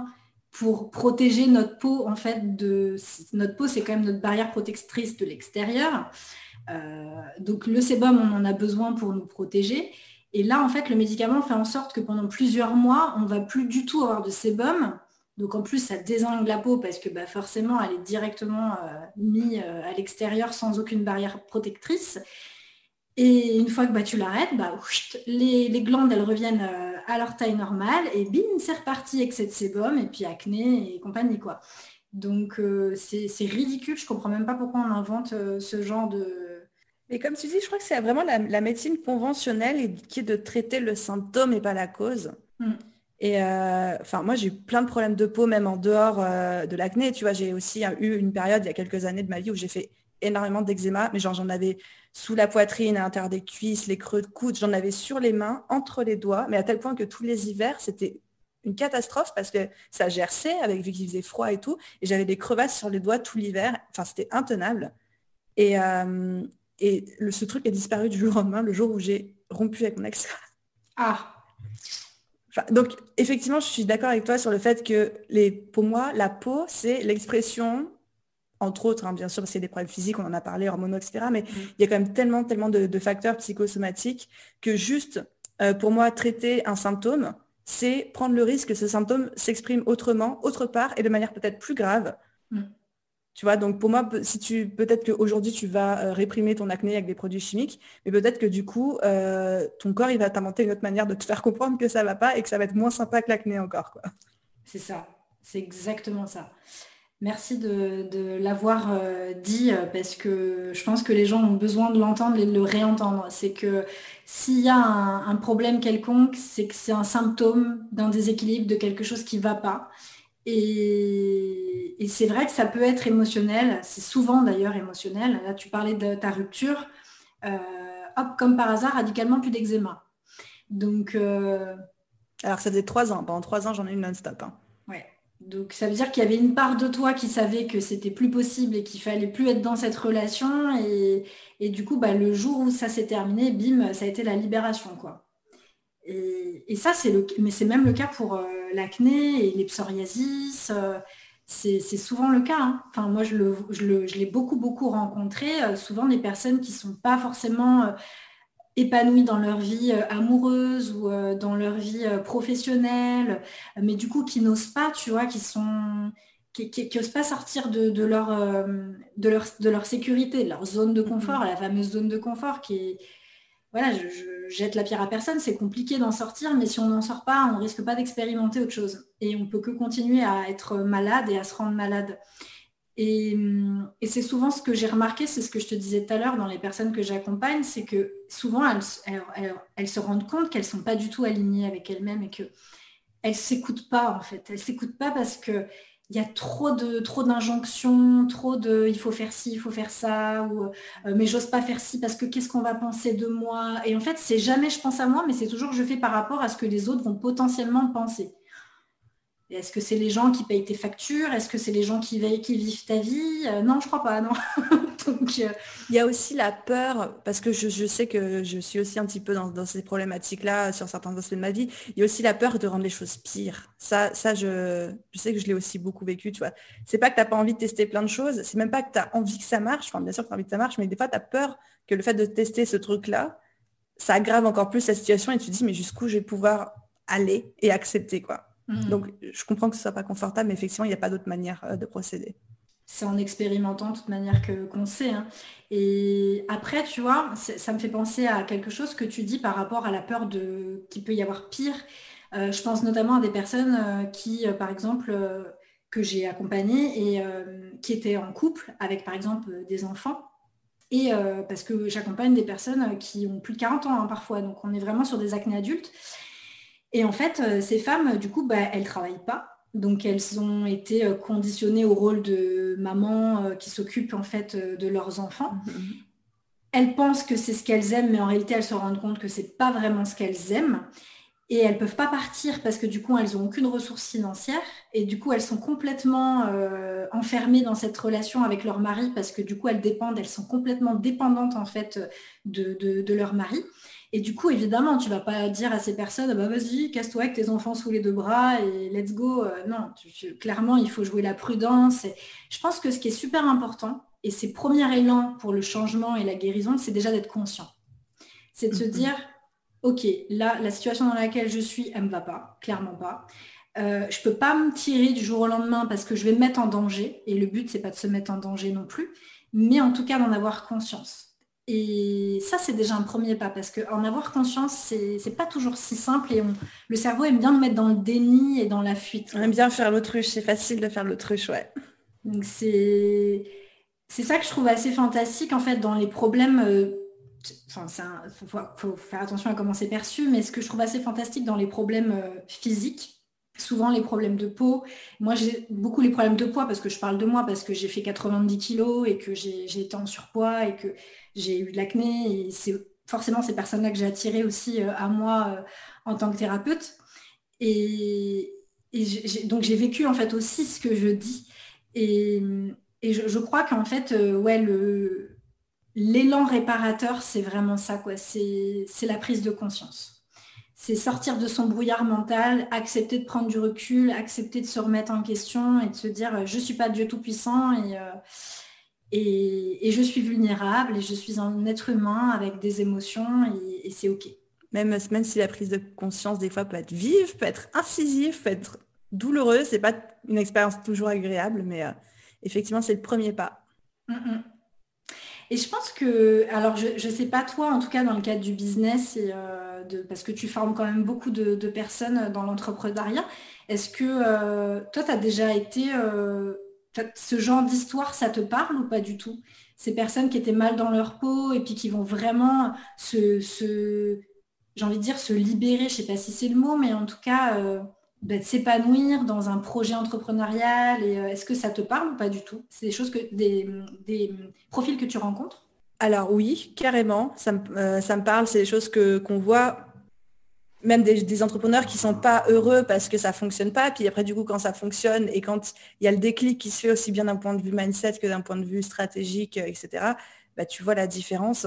pour protéger notre peau, en fait, de... Notre peau, c'est quand même notre barrière protectrice de l'extérieur. Euh, donc, le sébum, on en a besoin pour nous protéger. Et là, en fait, le médicament fait en sorte que pendant plusieurs mois, on ne va plus du tout avoir de sébum. Donc, en plus, ça désingue la peau parce que bah, forcément, elle est directement euh, mise euh, à l'extérieur sans aucune barrière protectrice. Et une fois que bah, tu l'arrêtes, bah, les, les glandes, elles reviennent euh, à leur taille normale. Et bim, c'est reparti avec cette sébum et puis acné et compagnie, quoi. Donc, euh, c'est, c'est ridicule. Je ne comprends même pas pourquoi on invente euh, ce genre de... Mais comme tu dis, je crois que c'est vraiment la, la médecine conventionnelle et qui est de traiter le symptôme et pas la cause. Mm. Et euh, enfin, moi, j'ai eu plein de problèmes de peau, même en dehors euh, de l'acné. Tu vois, j'ai aussi euh, eu une période, il y a quelques années de ma vie, où j'ai fait énormément d'eczéma, mais genre, j'en avais sous la poitrine, à l'intérieur des cuisses, les creux de coude, j'en avais sur les mains, entre les doigts, mais à tel point que tous les hivers, c'était une catastrophe parce que ça gerçait, avec, vu qu'il faisait froid et tout, et j'avais des crevasses sur les doigts tout l'hiver. Enfin, c'était intenable. Et, euh, et le, ce truc est disparu du jour au lendemain, le jour où j'ai rompu avec mon ex. Ah, Enfin, donc, effectivement, je suis d'accord avec toi sur le fait que les, pour moi, la peau, c'est l'expression, entre autres, hein, bien sûr, parce qu'il y a des problèmes physiques, on en a parlé, hormonaux, et cetera. Mais mm. il y a quand même tellement, tellement de, de facteurs psychosomatiques que juste, euh, pour moi, traiter un symptôme, c'est prendre le risque que ce symptôme s'exprime autrement, autre part, et de manière peut-être plus grave. Mm. Tu vois, donc pour moi, si tu peut-être qu'aujourd'hui tu vas euh, réprimer ton acné avec des produits chimiques, mais peut-être que du coup, euh, ton corps il va t'inventer une autre manière de te faire comprendre que ça va pas et que ça va être moins sympa que l'acné encore, quoi. C'est ça, c'est exactement ça. Merci de, de l'avoir euh, dit euh, parce que je pense que les gens ont besoin de l'entendre et de le réentendre. C'est que s'il y a un, un problème quelconque, c'est que c'est un symptôme d'un déséquilibre, de quelque chose qui ne va pas. Et, et c'est vrai que ça peut être émotionnel, c'est souvent d'ailleurs émotionnel. Là, tu parlais de ta rupture. Euh, hop, comme par hasard, radicalement plus d'eczéma. Donc, euh, Alors ça faisait trois ans. Pendant trois ans, j'en ai eu non-stop, hein. ouais. Donc, ça veut dire qu'il y avait une part de toi qui savait que c'était plus possible et qu'il fallait plus être dans cette relation. Et, et du coup, bah, le jour où ça s'est terminé, bim, ça a été la libération, quoi. Et, et ça, c'est le, mais c'est même le cas pour euh, l'acné et les psoriasis. Euh, c'est, c'est souvent le cas, hein. Enfin, moi, je, le, je, le, je l'ai beaucoup, beaucoup rencontré. Euh, souvent, des personnes qui ne sont pas forcément euh, épanouies dans leur vie euh, amoureuse ou euh, dans leur vie euh, professionnelle, euh, mais du coup, qui n'osent pas, tu vois, qui sont... qui n'osent pas sortir de, de, leur, euh, de, leur, de leur sécurité, de leur zone de confort, la fameuse zone de confort qui est... Voilà, je, je jette la pierre à personne, c'est compliqué d'en sortir, mais si on n'en sort pas, on ne risque pas d'expérimenter autre chose. Et on ne peut que continuer à être malade et à se rendre malade. Et, et c'est souvent ce que j'ai remarqué, c'est ce que je te disais tout à l'heure dans les personnes que j'accompagne, c'est que souvent, elles, elles, elles, elles se rendent compte qu'elles ne sont pas du tout alignées avec elles-mêmes et qu'elles ne s'écoutent pas, en fait. Elles ne s'écoutent pas parce que il y a trop de trop d'injonctions, trop de il faut faire ci, il faut faire ça, ou euh, mais j'ose pas faire ci parce que qu'est-ce qu'on va penser de moi? Et en fait, c'est jamais je pense à moi, mais c'est toujours je fais par rapport à ce que les autres vont potentiellement penser. Et est-ce que c'est les gens qui payent tes factures? Est-ce que c'est les gens qui, qui vivent ta vie? euh, Non, je crois pas, non. Donc, euh... il y a aussi la peur, parce que je, je sais que je suis aussi un petit peu dans, dans ces problématiques-là sur certains aspects de ma vie. Il y a aussi la peur de rendre les choses pires. Ça, ça je, je sais que je l'ai aussi beaucoup vécu, tu vois. C'est pas que tu n'as pas envie de tester plein de choses, c'est même pas que tu as envie que ça marche. Enfin, bien sûr que tu as envie que ça marche, mais des fois, tu as peur que le fait de tester ce truc-là, ça aggrave encore plus la situation et tu te dis, mais jusqu'où je vais pouvoir aller et accepter, quoi. Mmh. Donc, je comprends que ce soit pas confortable, mais effectivement, il n'y a pas d'autre manière euh, de procéder. C'est en expérimentant de toute manière que, qu'on sait. Hein. Et après, tu vois, ça me fait penser à quelque chose que tu dis par rapport à la peur de qu'il peut y avoir pire. Euh, je pense notamment à des personnes euh, qui, euh, par exemple, euh, que j'ai accompagnées et euh, qui étaient en couple avec, par exemple, des enfants. Et euh, parce que j'accompagne des personnes qui ont plus de quarante ans hein, parfois. Donc, on est vraiment sur des acnés adultes. Et en fait, euh, ces femmes, du coup, bah, elles ne travaillent pas. Donc, elles ont été conditionnées au rôle de maman euh, qui s'occupe en fait de leurs enfants. Mmh. Elles pensent que c'est ce qu'elles aiment, mais en réalité, elles se rendent compte que ce n'est pas vraiment ce qu'elles aiment. Et elles ne peuvent pas partir parce que du coup, elles n'ont aucune ressource financière. Et du coup, elles sont complètement euh, enfermées dans cette relation avec leur mari parce que du coup, elles dépendent, elles sont complètement dépendantes en fait de, de, de leur mari. Et du coup, évidemment, tu ne vas pas dire à ces personnes, bah, vas-y, casse-toi avec tes enfants sous les deux bras et let's go. Euh, non, tu, tu, clairement, il faut jouer la prudence. Et je pense que ce qui est super important, et c'est premier élan pour le changement et la guérison, c'est déjà d'être conscient. C'est de se dire, ok, là, la situation dans laquelle je suis, elle ne me va pas, clairement pas. Euh, je ne peux pas me tirer du jour au lendemain parce que je vais me mettre en danger. Et le but, ce n'est pas de se mettre en danger non plus, mais en tout cas d'en avoir conscience. Et ça, c'est déjà un premier pas parce qu'en avoir conscience, c'est, c'est pas toujours si simple et on, le cerveau aime bien le mettre dans le déni et dans la fuite. On aime bien faire l'autruche, c'est facile de faire l'autruche, ouais. Donc c'est, c'est ça que je trouve assez fantastique en fait dans les problèmes. Euh, Enfin, il faut, faut faire attention à comment c'est perçu, mais ce que je trouve assez fantastique dans les problèmes euh, physiques, souvent les problèmes de peau, moi j'ai beaucoup les problèmes de poids parce que je parle de moi, parce que j'ai fait quatre-vingt-dix kilos et que j'ai, j'ai été en surpoids et que j'ai eu de l'acné et c'est forcément ces personnes-là que j'ai attirées aussi euh, à moi euh, en tant que thérapeute. Et, et j'ai, donc j'ai vécu en fait aussi ce que je dis et, et je, je crois qu'en fait, euh, ouais, le l'élan réparateur, c'est vraiment ça, quoi. C'est, c'est la prise de conscience. C'est sortir de son brouillard mental, accepter de prendre du recul, accepter de se remettre en question et de se dire je ne suis pas Dieu Tout-Puissant et, euh, et, et je suis vulnérable et je suis un être humain avec des émotions et, et c'est OK. Même, même si la prise de conscience, des fois, peut être vive, peut être incisive, peut être douloureuse, c'est pas une expérience toujours agréable, mais euh, effectivement, c'est le premier pas. Mm-mm. Et je pense que, alors je ne sais pas toi, en tout cas dans le cadre du business, et, euh, de, parce que tu formes quand même beaucoup de, de personnes dans l'entrepreneuriat, est-ce que euh, toi, tu as déjà été, euh, ce genre d'histoire, ça te parle ou pas du tout? Ces personnes qui étaient mal dans leur peau et puis qui vont vraiment se, se j'ai envie de dire, se libérer, je ne sais pas si c'est le mot, mais en tout cas, euh, bah, de s'épanouir dans un projet entrepreneurial. Et, euh, est-ce que ça te parle ou pas du tout? C'est des choses que des, des profils que tu rencontres? Alors oui, carrément, ça me, euh, ça me parle, c'est des choses que, qu'on voit, même des, des entrepreneurs qui ne sont pas heureux parce que ça ne fonctionne pas, puis après du coup quand ça fonctionne et quand il y a le déclic qui se fait aussi bien d'un point de vue mindset que d'un point de vue stratégique, et cetera, bah, tu vois la différence.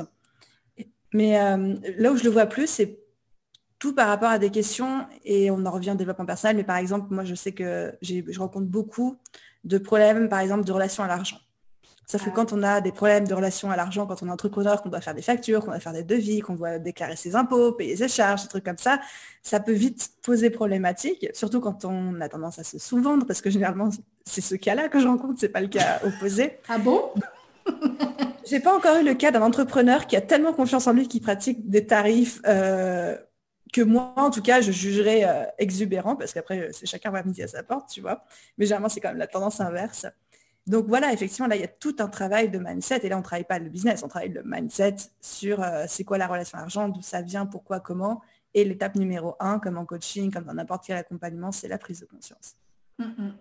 Mais euh, là où je le vois plus, c'est tout par rapport à des questions, et on en revient au développement personnel, mais par exemple, moi je sais que j'ai, je rencontre beaucoup de problèmes, par exemple, de relation à l'argent. Sauf que quand on a des problèmes de relation à l'argent, quand on est entrepreneur, qu'on doit faire des factures, qu'on doit faire des devis, qu'on doit déclarer ses impôts, payer ses charges, des trucs comme ça, ça peut vite poser problématique, surtout quand on a tendance à se sous-vendre, parce que généralement, c'est ce cas-là que je rencontre, c'est pas le cas opposé. Ah bon? J'ai pas encore eu le cas d'un entrepreneur qui a tellement confiance en lui qu'il pratique des tarifs euh, que moi, en tout cas, je jugerais euh, exubérants, parce qu'après, c'est chacun va midi à sa porte, tu vois. Mais généralement, c'est quand même la tendance inverse. Donc voilà, effectivement, là, il y a tout un travail de mindset. Et là, on ne travaille pas le business, on travaille le mindset sur euh, c'est quoi la relation à l'argent, d'où ça vient, pourquoi, comment. Et l'étape numéro un, comme en coaching, comme dans n'importe quel accompagnement, c'est la prise de conscience. Mm-mm.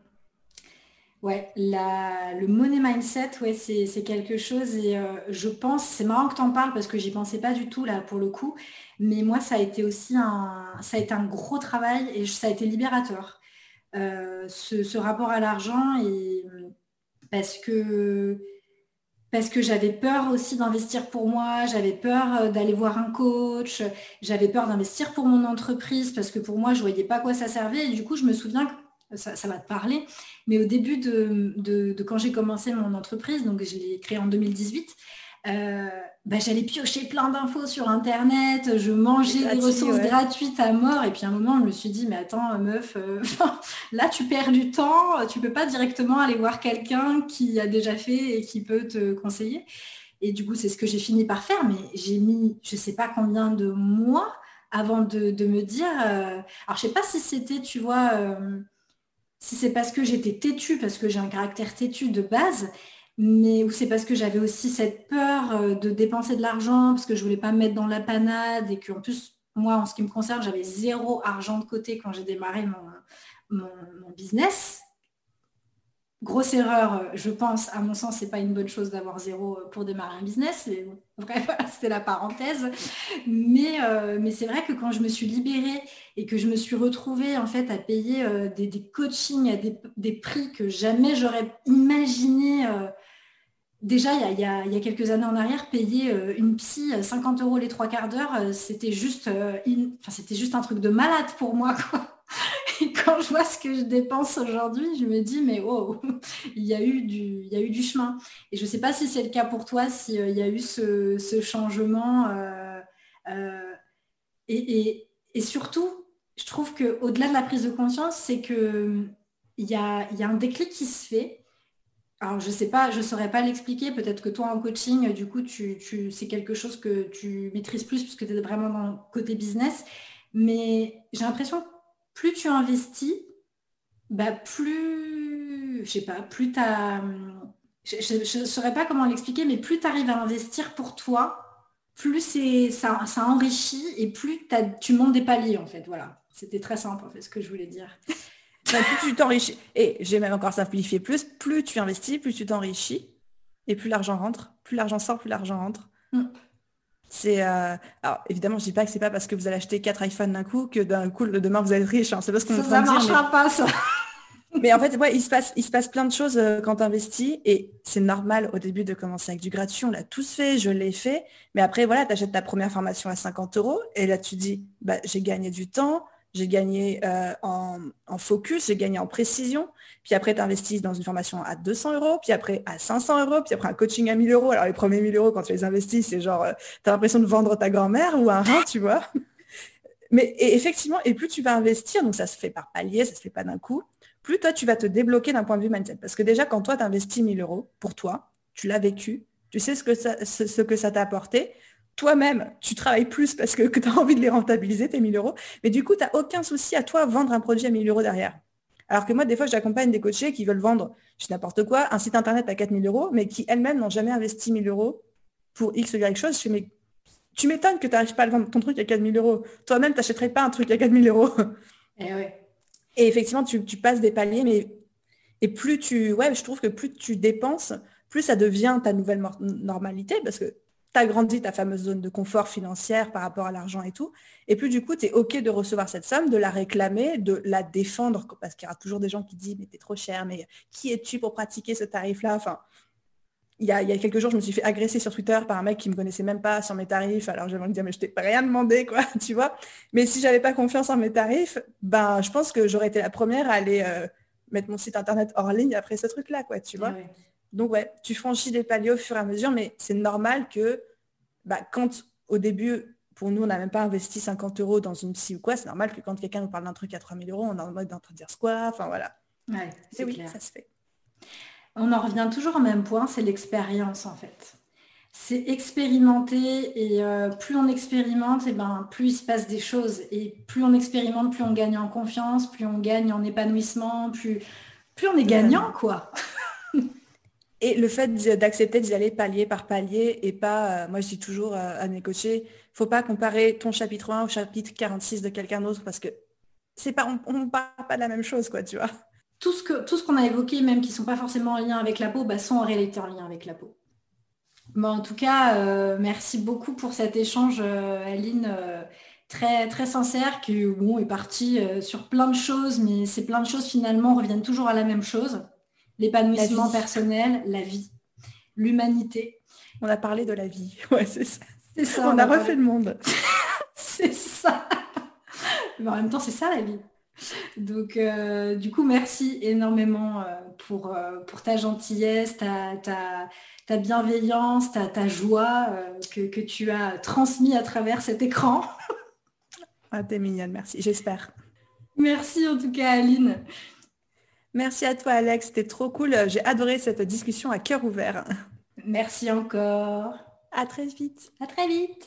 Ouais, la, le money mindset, ouais, c'est, c'est quelque chose et euh, je pense, c'est marrant que tu en parles parce que j'y pensais pas du tout là pour le coup, mais moi ça a été aussi un, ça a été un gros travail et ça a été libérateur. Euh, ce, ce rapport à l'argent et parce que parce que j'avais peur aussi d'investir pour moi, j'avais peur d'aller voir un coach, j'avais peur d'investir pour mon entreprise parce que pour moi je voyais pas à quoi ça servait et du coup je me souviens que Ça, ça va te parler, mais au début de, de, de quand j'ai commencé mon entreprise, donc je l'ai créée en deux mille dix-huit, euh, bah, j'allais piocher plein d'infos sur Internet, je mangeais gratuit, des ressources ouais. gratuites à mort, et puis à un moment, je me suis dit, mais attends, meuf, euh, là, tu perds du temps, tu peux pas directement aller voir quelqu'un qui a déjà fait et qui peut te conseiller. Et du coup, c'est ce que j'ai fini par faire, mais j'ai mis, je sais pas combien de mois avant de, de me dire, euh, alors je sais pas si c'était, tu vois... Euh, si c'est parce que j'étais têtue, parce que j'ai un caractère têtu de base, mais ou c'est parce que j'avais aussi cette peur de dépenser de l'argent, parce que je voulais pas me mettre dans la panade, et qu'en plus, moi, en ce qui me concerne, j'avais zéro argent de côté quand j'ai démarré mon, mon, mon business. Grosse erreur, je pense, à mon sens, c'est pas une bonne chose d'avoir zéro pour démarrer un business. Et bref, c'était la parenthèse. Mais, euh, mais c'est vrai que quand je me suis libérée et que je me suis retrouvée en fait à payer euh, des, des coachings à des, des prix que jamais j'aurais imaginé, euh, déjà, il y a, il y a- il y a quelques années en arrière, payer euh, une psy euh, cinquante euros les trois quarts d'heure, euh, c'était juste, euh, in- enfin, c'était juste un truc de malade pour moi, quoi. Et quand je vois ce que je dépense aujourd'hui, je me dis, mais oh, il y a eu du, il y a eu du chemin. Et je ne sais pas si c'est le cas pour toi, s'il y a eu ce, ce changement. euh, euh, et, et- et surtout, je trouve qu'au-delà de la prise de conscience, c'est qu'il y a, il y a un déclic qui se fait. Alors, je sais pas, je ne saurais pas l'expliquer. Peut-être que toi, en coaching, du coup, tu, tu- c'est quelque chose que tu maîtrises plus puisque tu es vraiment dans le côté business. Mais j'ai l'impression que plus tu investis, bah plus, je sais pas, plus tu as... Je ne saurais pas comment l'expliquer, mais plus tu arrives à investir pour toi, plus c'est, ça, ça enrichit et plus t'as- tu montes des paliers, en fait. Voilà. C'était très simple, en fait, ce que je voulais dire. Enfin, plus tu t'enrichis, et j'ai même encore simplifié plus, plus tu investis, plus tu t'enrichis, et plus l'argent rentre, plus l'argent sort, plus l'argent rentre. Mm. C'est euh, alors évidemment, je dis pas que c'est pas parce que vous allez acheter quatre iPhones d'un coup que d'un coup le demain vous êtes riche. Hein. C'est pas ce qu'on est Ça, en ça train de dire. marchera Mais, pas, ça. mais en fait, ouais, il se passe, il se passe plein de choses euh, quand tu investis et c'est normal au début de commencer avec du gratuit. On l'a tous fait, je l'ai fait. Mais après, voilà, tu achètes ta première formation à cinquante euros et là tu dis, bah, j'ai gagné du temps, j'ai gagné euh, en, en focus, j'ai gagné en précision. Puis après, tu investis dans une formation à deux cents euros, puis après à cinq cents euros, puis après un coaching à mille euros. Alors les premiers mille euros, quand tu les investis, c'est genre, euh, tu as l'impression de vendre ta grand-mère ou un rein, tu vois. Mais et effectivement, et plus tu vas investir, donc ça se fait par palier, ça se fait pas d'un coup, plus toi, tu vas te débloquer d'un point de vue mindset. Parce que déjà, quand toi, tu investis mille euros pour toi, tu l'as vécu, tu sais ce que ça, ce, ce que ça t'a apporté. Toi-même, tu travailles plus parce que, que tu as envie de les rentabiliser, tes mille euros. Mais du coup, tu n'as aucun souci à toi vendre un produit à mille euros derrière. Alors que moi, des fois, j'accompagne des coachés qui veulent vendre, je sais n'importe quoi, un site internet à quatre mille euros, mais qui elles-mêmes n'ont jamais investi mille euros pour X ou Y chose. Je fais, mais tu m'étonnes que tu n'arrives pas à vendre ton truc à quatre mille euros. Toi-même, tu n'achèterais pas un truc à quatre mille euros. Et ouais. Et effectivement, tu, tu passes des paliers, mais et plus tu, ouais, je trouve que plus tu dépenses, plus ça devient ta nouvelle mor- normalité, parce que tu as grandi ta fameuse zone de confort financière par rapport à l'argent et tout, et plus du coup, tu es OK de recevoir cette somme, de la réclamer, de la défendre, parce qu'il y aura toujours des gens qui disent, mais t'es trop cher, mais qui es-tu pour pratiquer ce tarif-là? Enfin, il y, a, il y a quelques jours, je me suis fait agresser sur Twitter par un mec qui ne me connaissait même pas sur mes tarifs. Alors j'avais envie de dire, mais je t'ai rien demandé, quoi, tu vois. Mais si j'avais pas confiance en mes tarifs, ben, je pense que j'aurais été la première à aller euh, mettre mon site internet hors ligne après ce truc-là, quoi, tu vois. Et ouais. Donc ouais, tu franchis des paliers au fur et à mesure, mais c'est normal que bah, quand au début, pour nous, on n'a même pas investi cinquante euros dans une psy ou quoi, c'est normal que quand quelqu'un nous parle d'un truc à trois mille euros, on est en mode en train de dire quoi, enfin voilà. Ouais, c'est Et oui, clair. ça se fait. On en revient toujours au même point, c'est l'expérience en fait. C'est expérimenter et euh, plus on expérimente, et ben, plus il se passe des choses. Et plus on expérimente, plus on gagne en confiance, plus on gagne en épanouissement, plus, plus on est gagnant, quoi. Et le fait d'accepter d'y aller palier par palier et pas, euh, moi je dis toujours euh, à mes coachés, faut pas comparer ton chapitre un au chapitre quarante-six de quelqu'un d'autre parce que c'est pas, on ne parle pas de la même chose, quoi, tu vois. Tout ce que, tout ce qu'on a évoqué, même qui ne sont pas forcément en lien avec la peau, bah, sont en réalité en lien avec la peau. Bon, en tout cas, euh, merci beaucoup pour cet échange, euh, Aline, euh, très, très sincère, qui bon, est parti euh, sur plein de choses, mais ces plein de choses finalement reviennent toujours à la même chose. L'épanouissement personnel, la vie, l'humanité. On a parlé de la vie, ouais, c'est ça. C'est ça. On, on a, a refait parlé... le monde. C'est ça. Mais en même temps, c'est ça la vie. Donc, euh, du coup, merci énormément euh, pour, euh, pour ta gentillesse, ta, ta, ta bienveillance, ta, ta joie euh, que, que tu as transmis à travers cet écran. Ah, t'es mignonne, merci, j'espère. Merci en tout cas, Aline. Merci à toi, Alex, c'était trop cool. J'ai adoré cette discussion à cœur ouvert. Merci encore. À très vite. À très vite.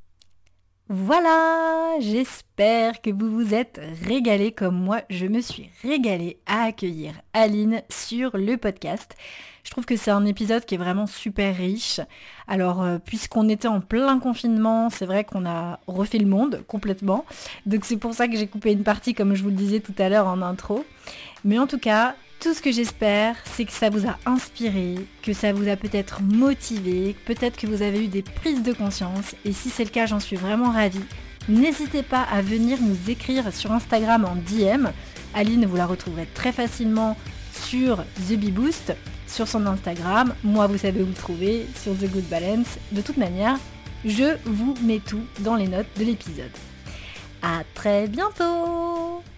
Voilà, j'espère que vous vous êtes régalés comme moi, je me suis régalée à accueillir Aline sur le podcast. Je trouve que c'est un épisode qui est vraiment super riche. Alors, euh, puisqu'on était en plein confinement, c'est vrai qu'on a refait le monde complètement. Donc c'est pour ça que j'ai coupé une partie, comme je vous le disais tout à l'heure en intro. Mais en tout cas, tout ce que j'espère, c'est que ça vous a inspiré, que ça vous a peut-être motivé, peut-être que vous avez eu des prises de conscience. Et si c'est le cas, j'en suis vraiment ravie. N'hésitez pas à venir nous écrire sur Instagram en D M. Aline, vous la retrouverez très facilement sur The Bee Boost. sur son Instagram. Moi, vous savez où le trouver, sur The Good Balance. De toute manière, je vous mets tout dans les notes de l'épisode. À très bientôt!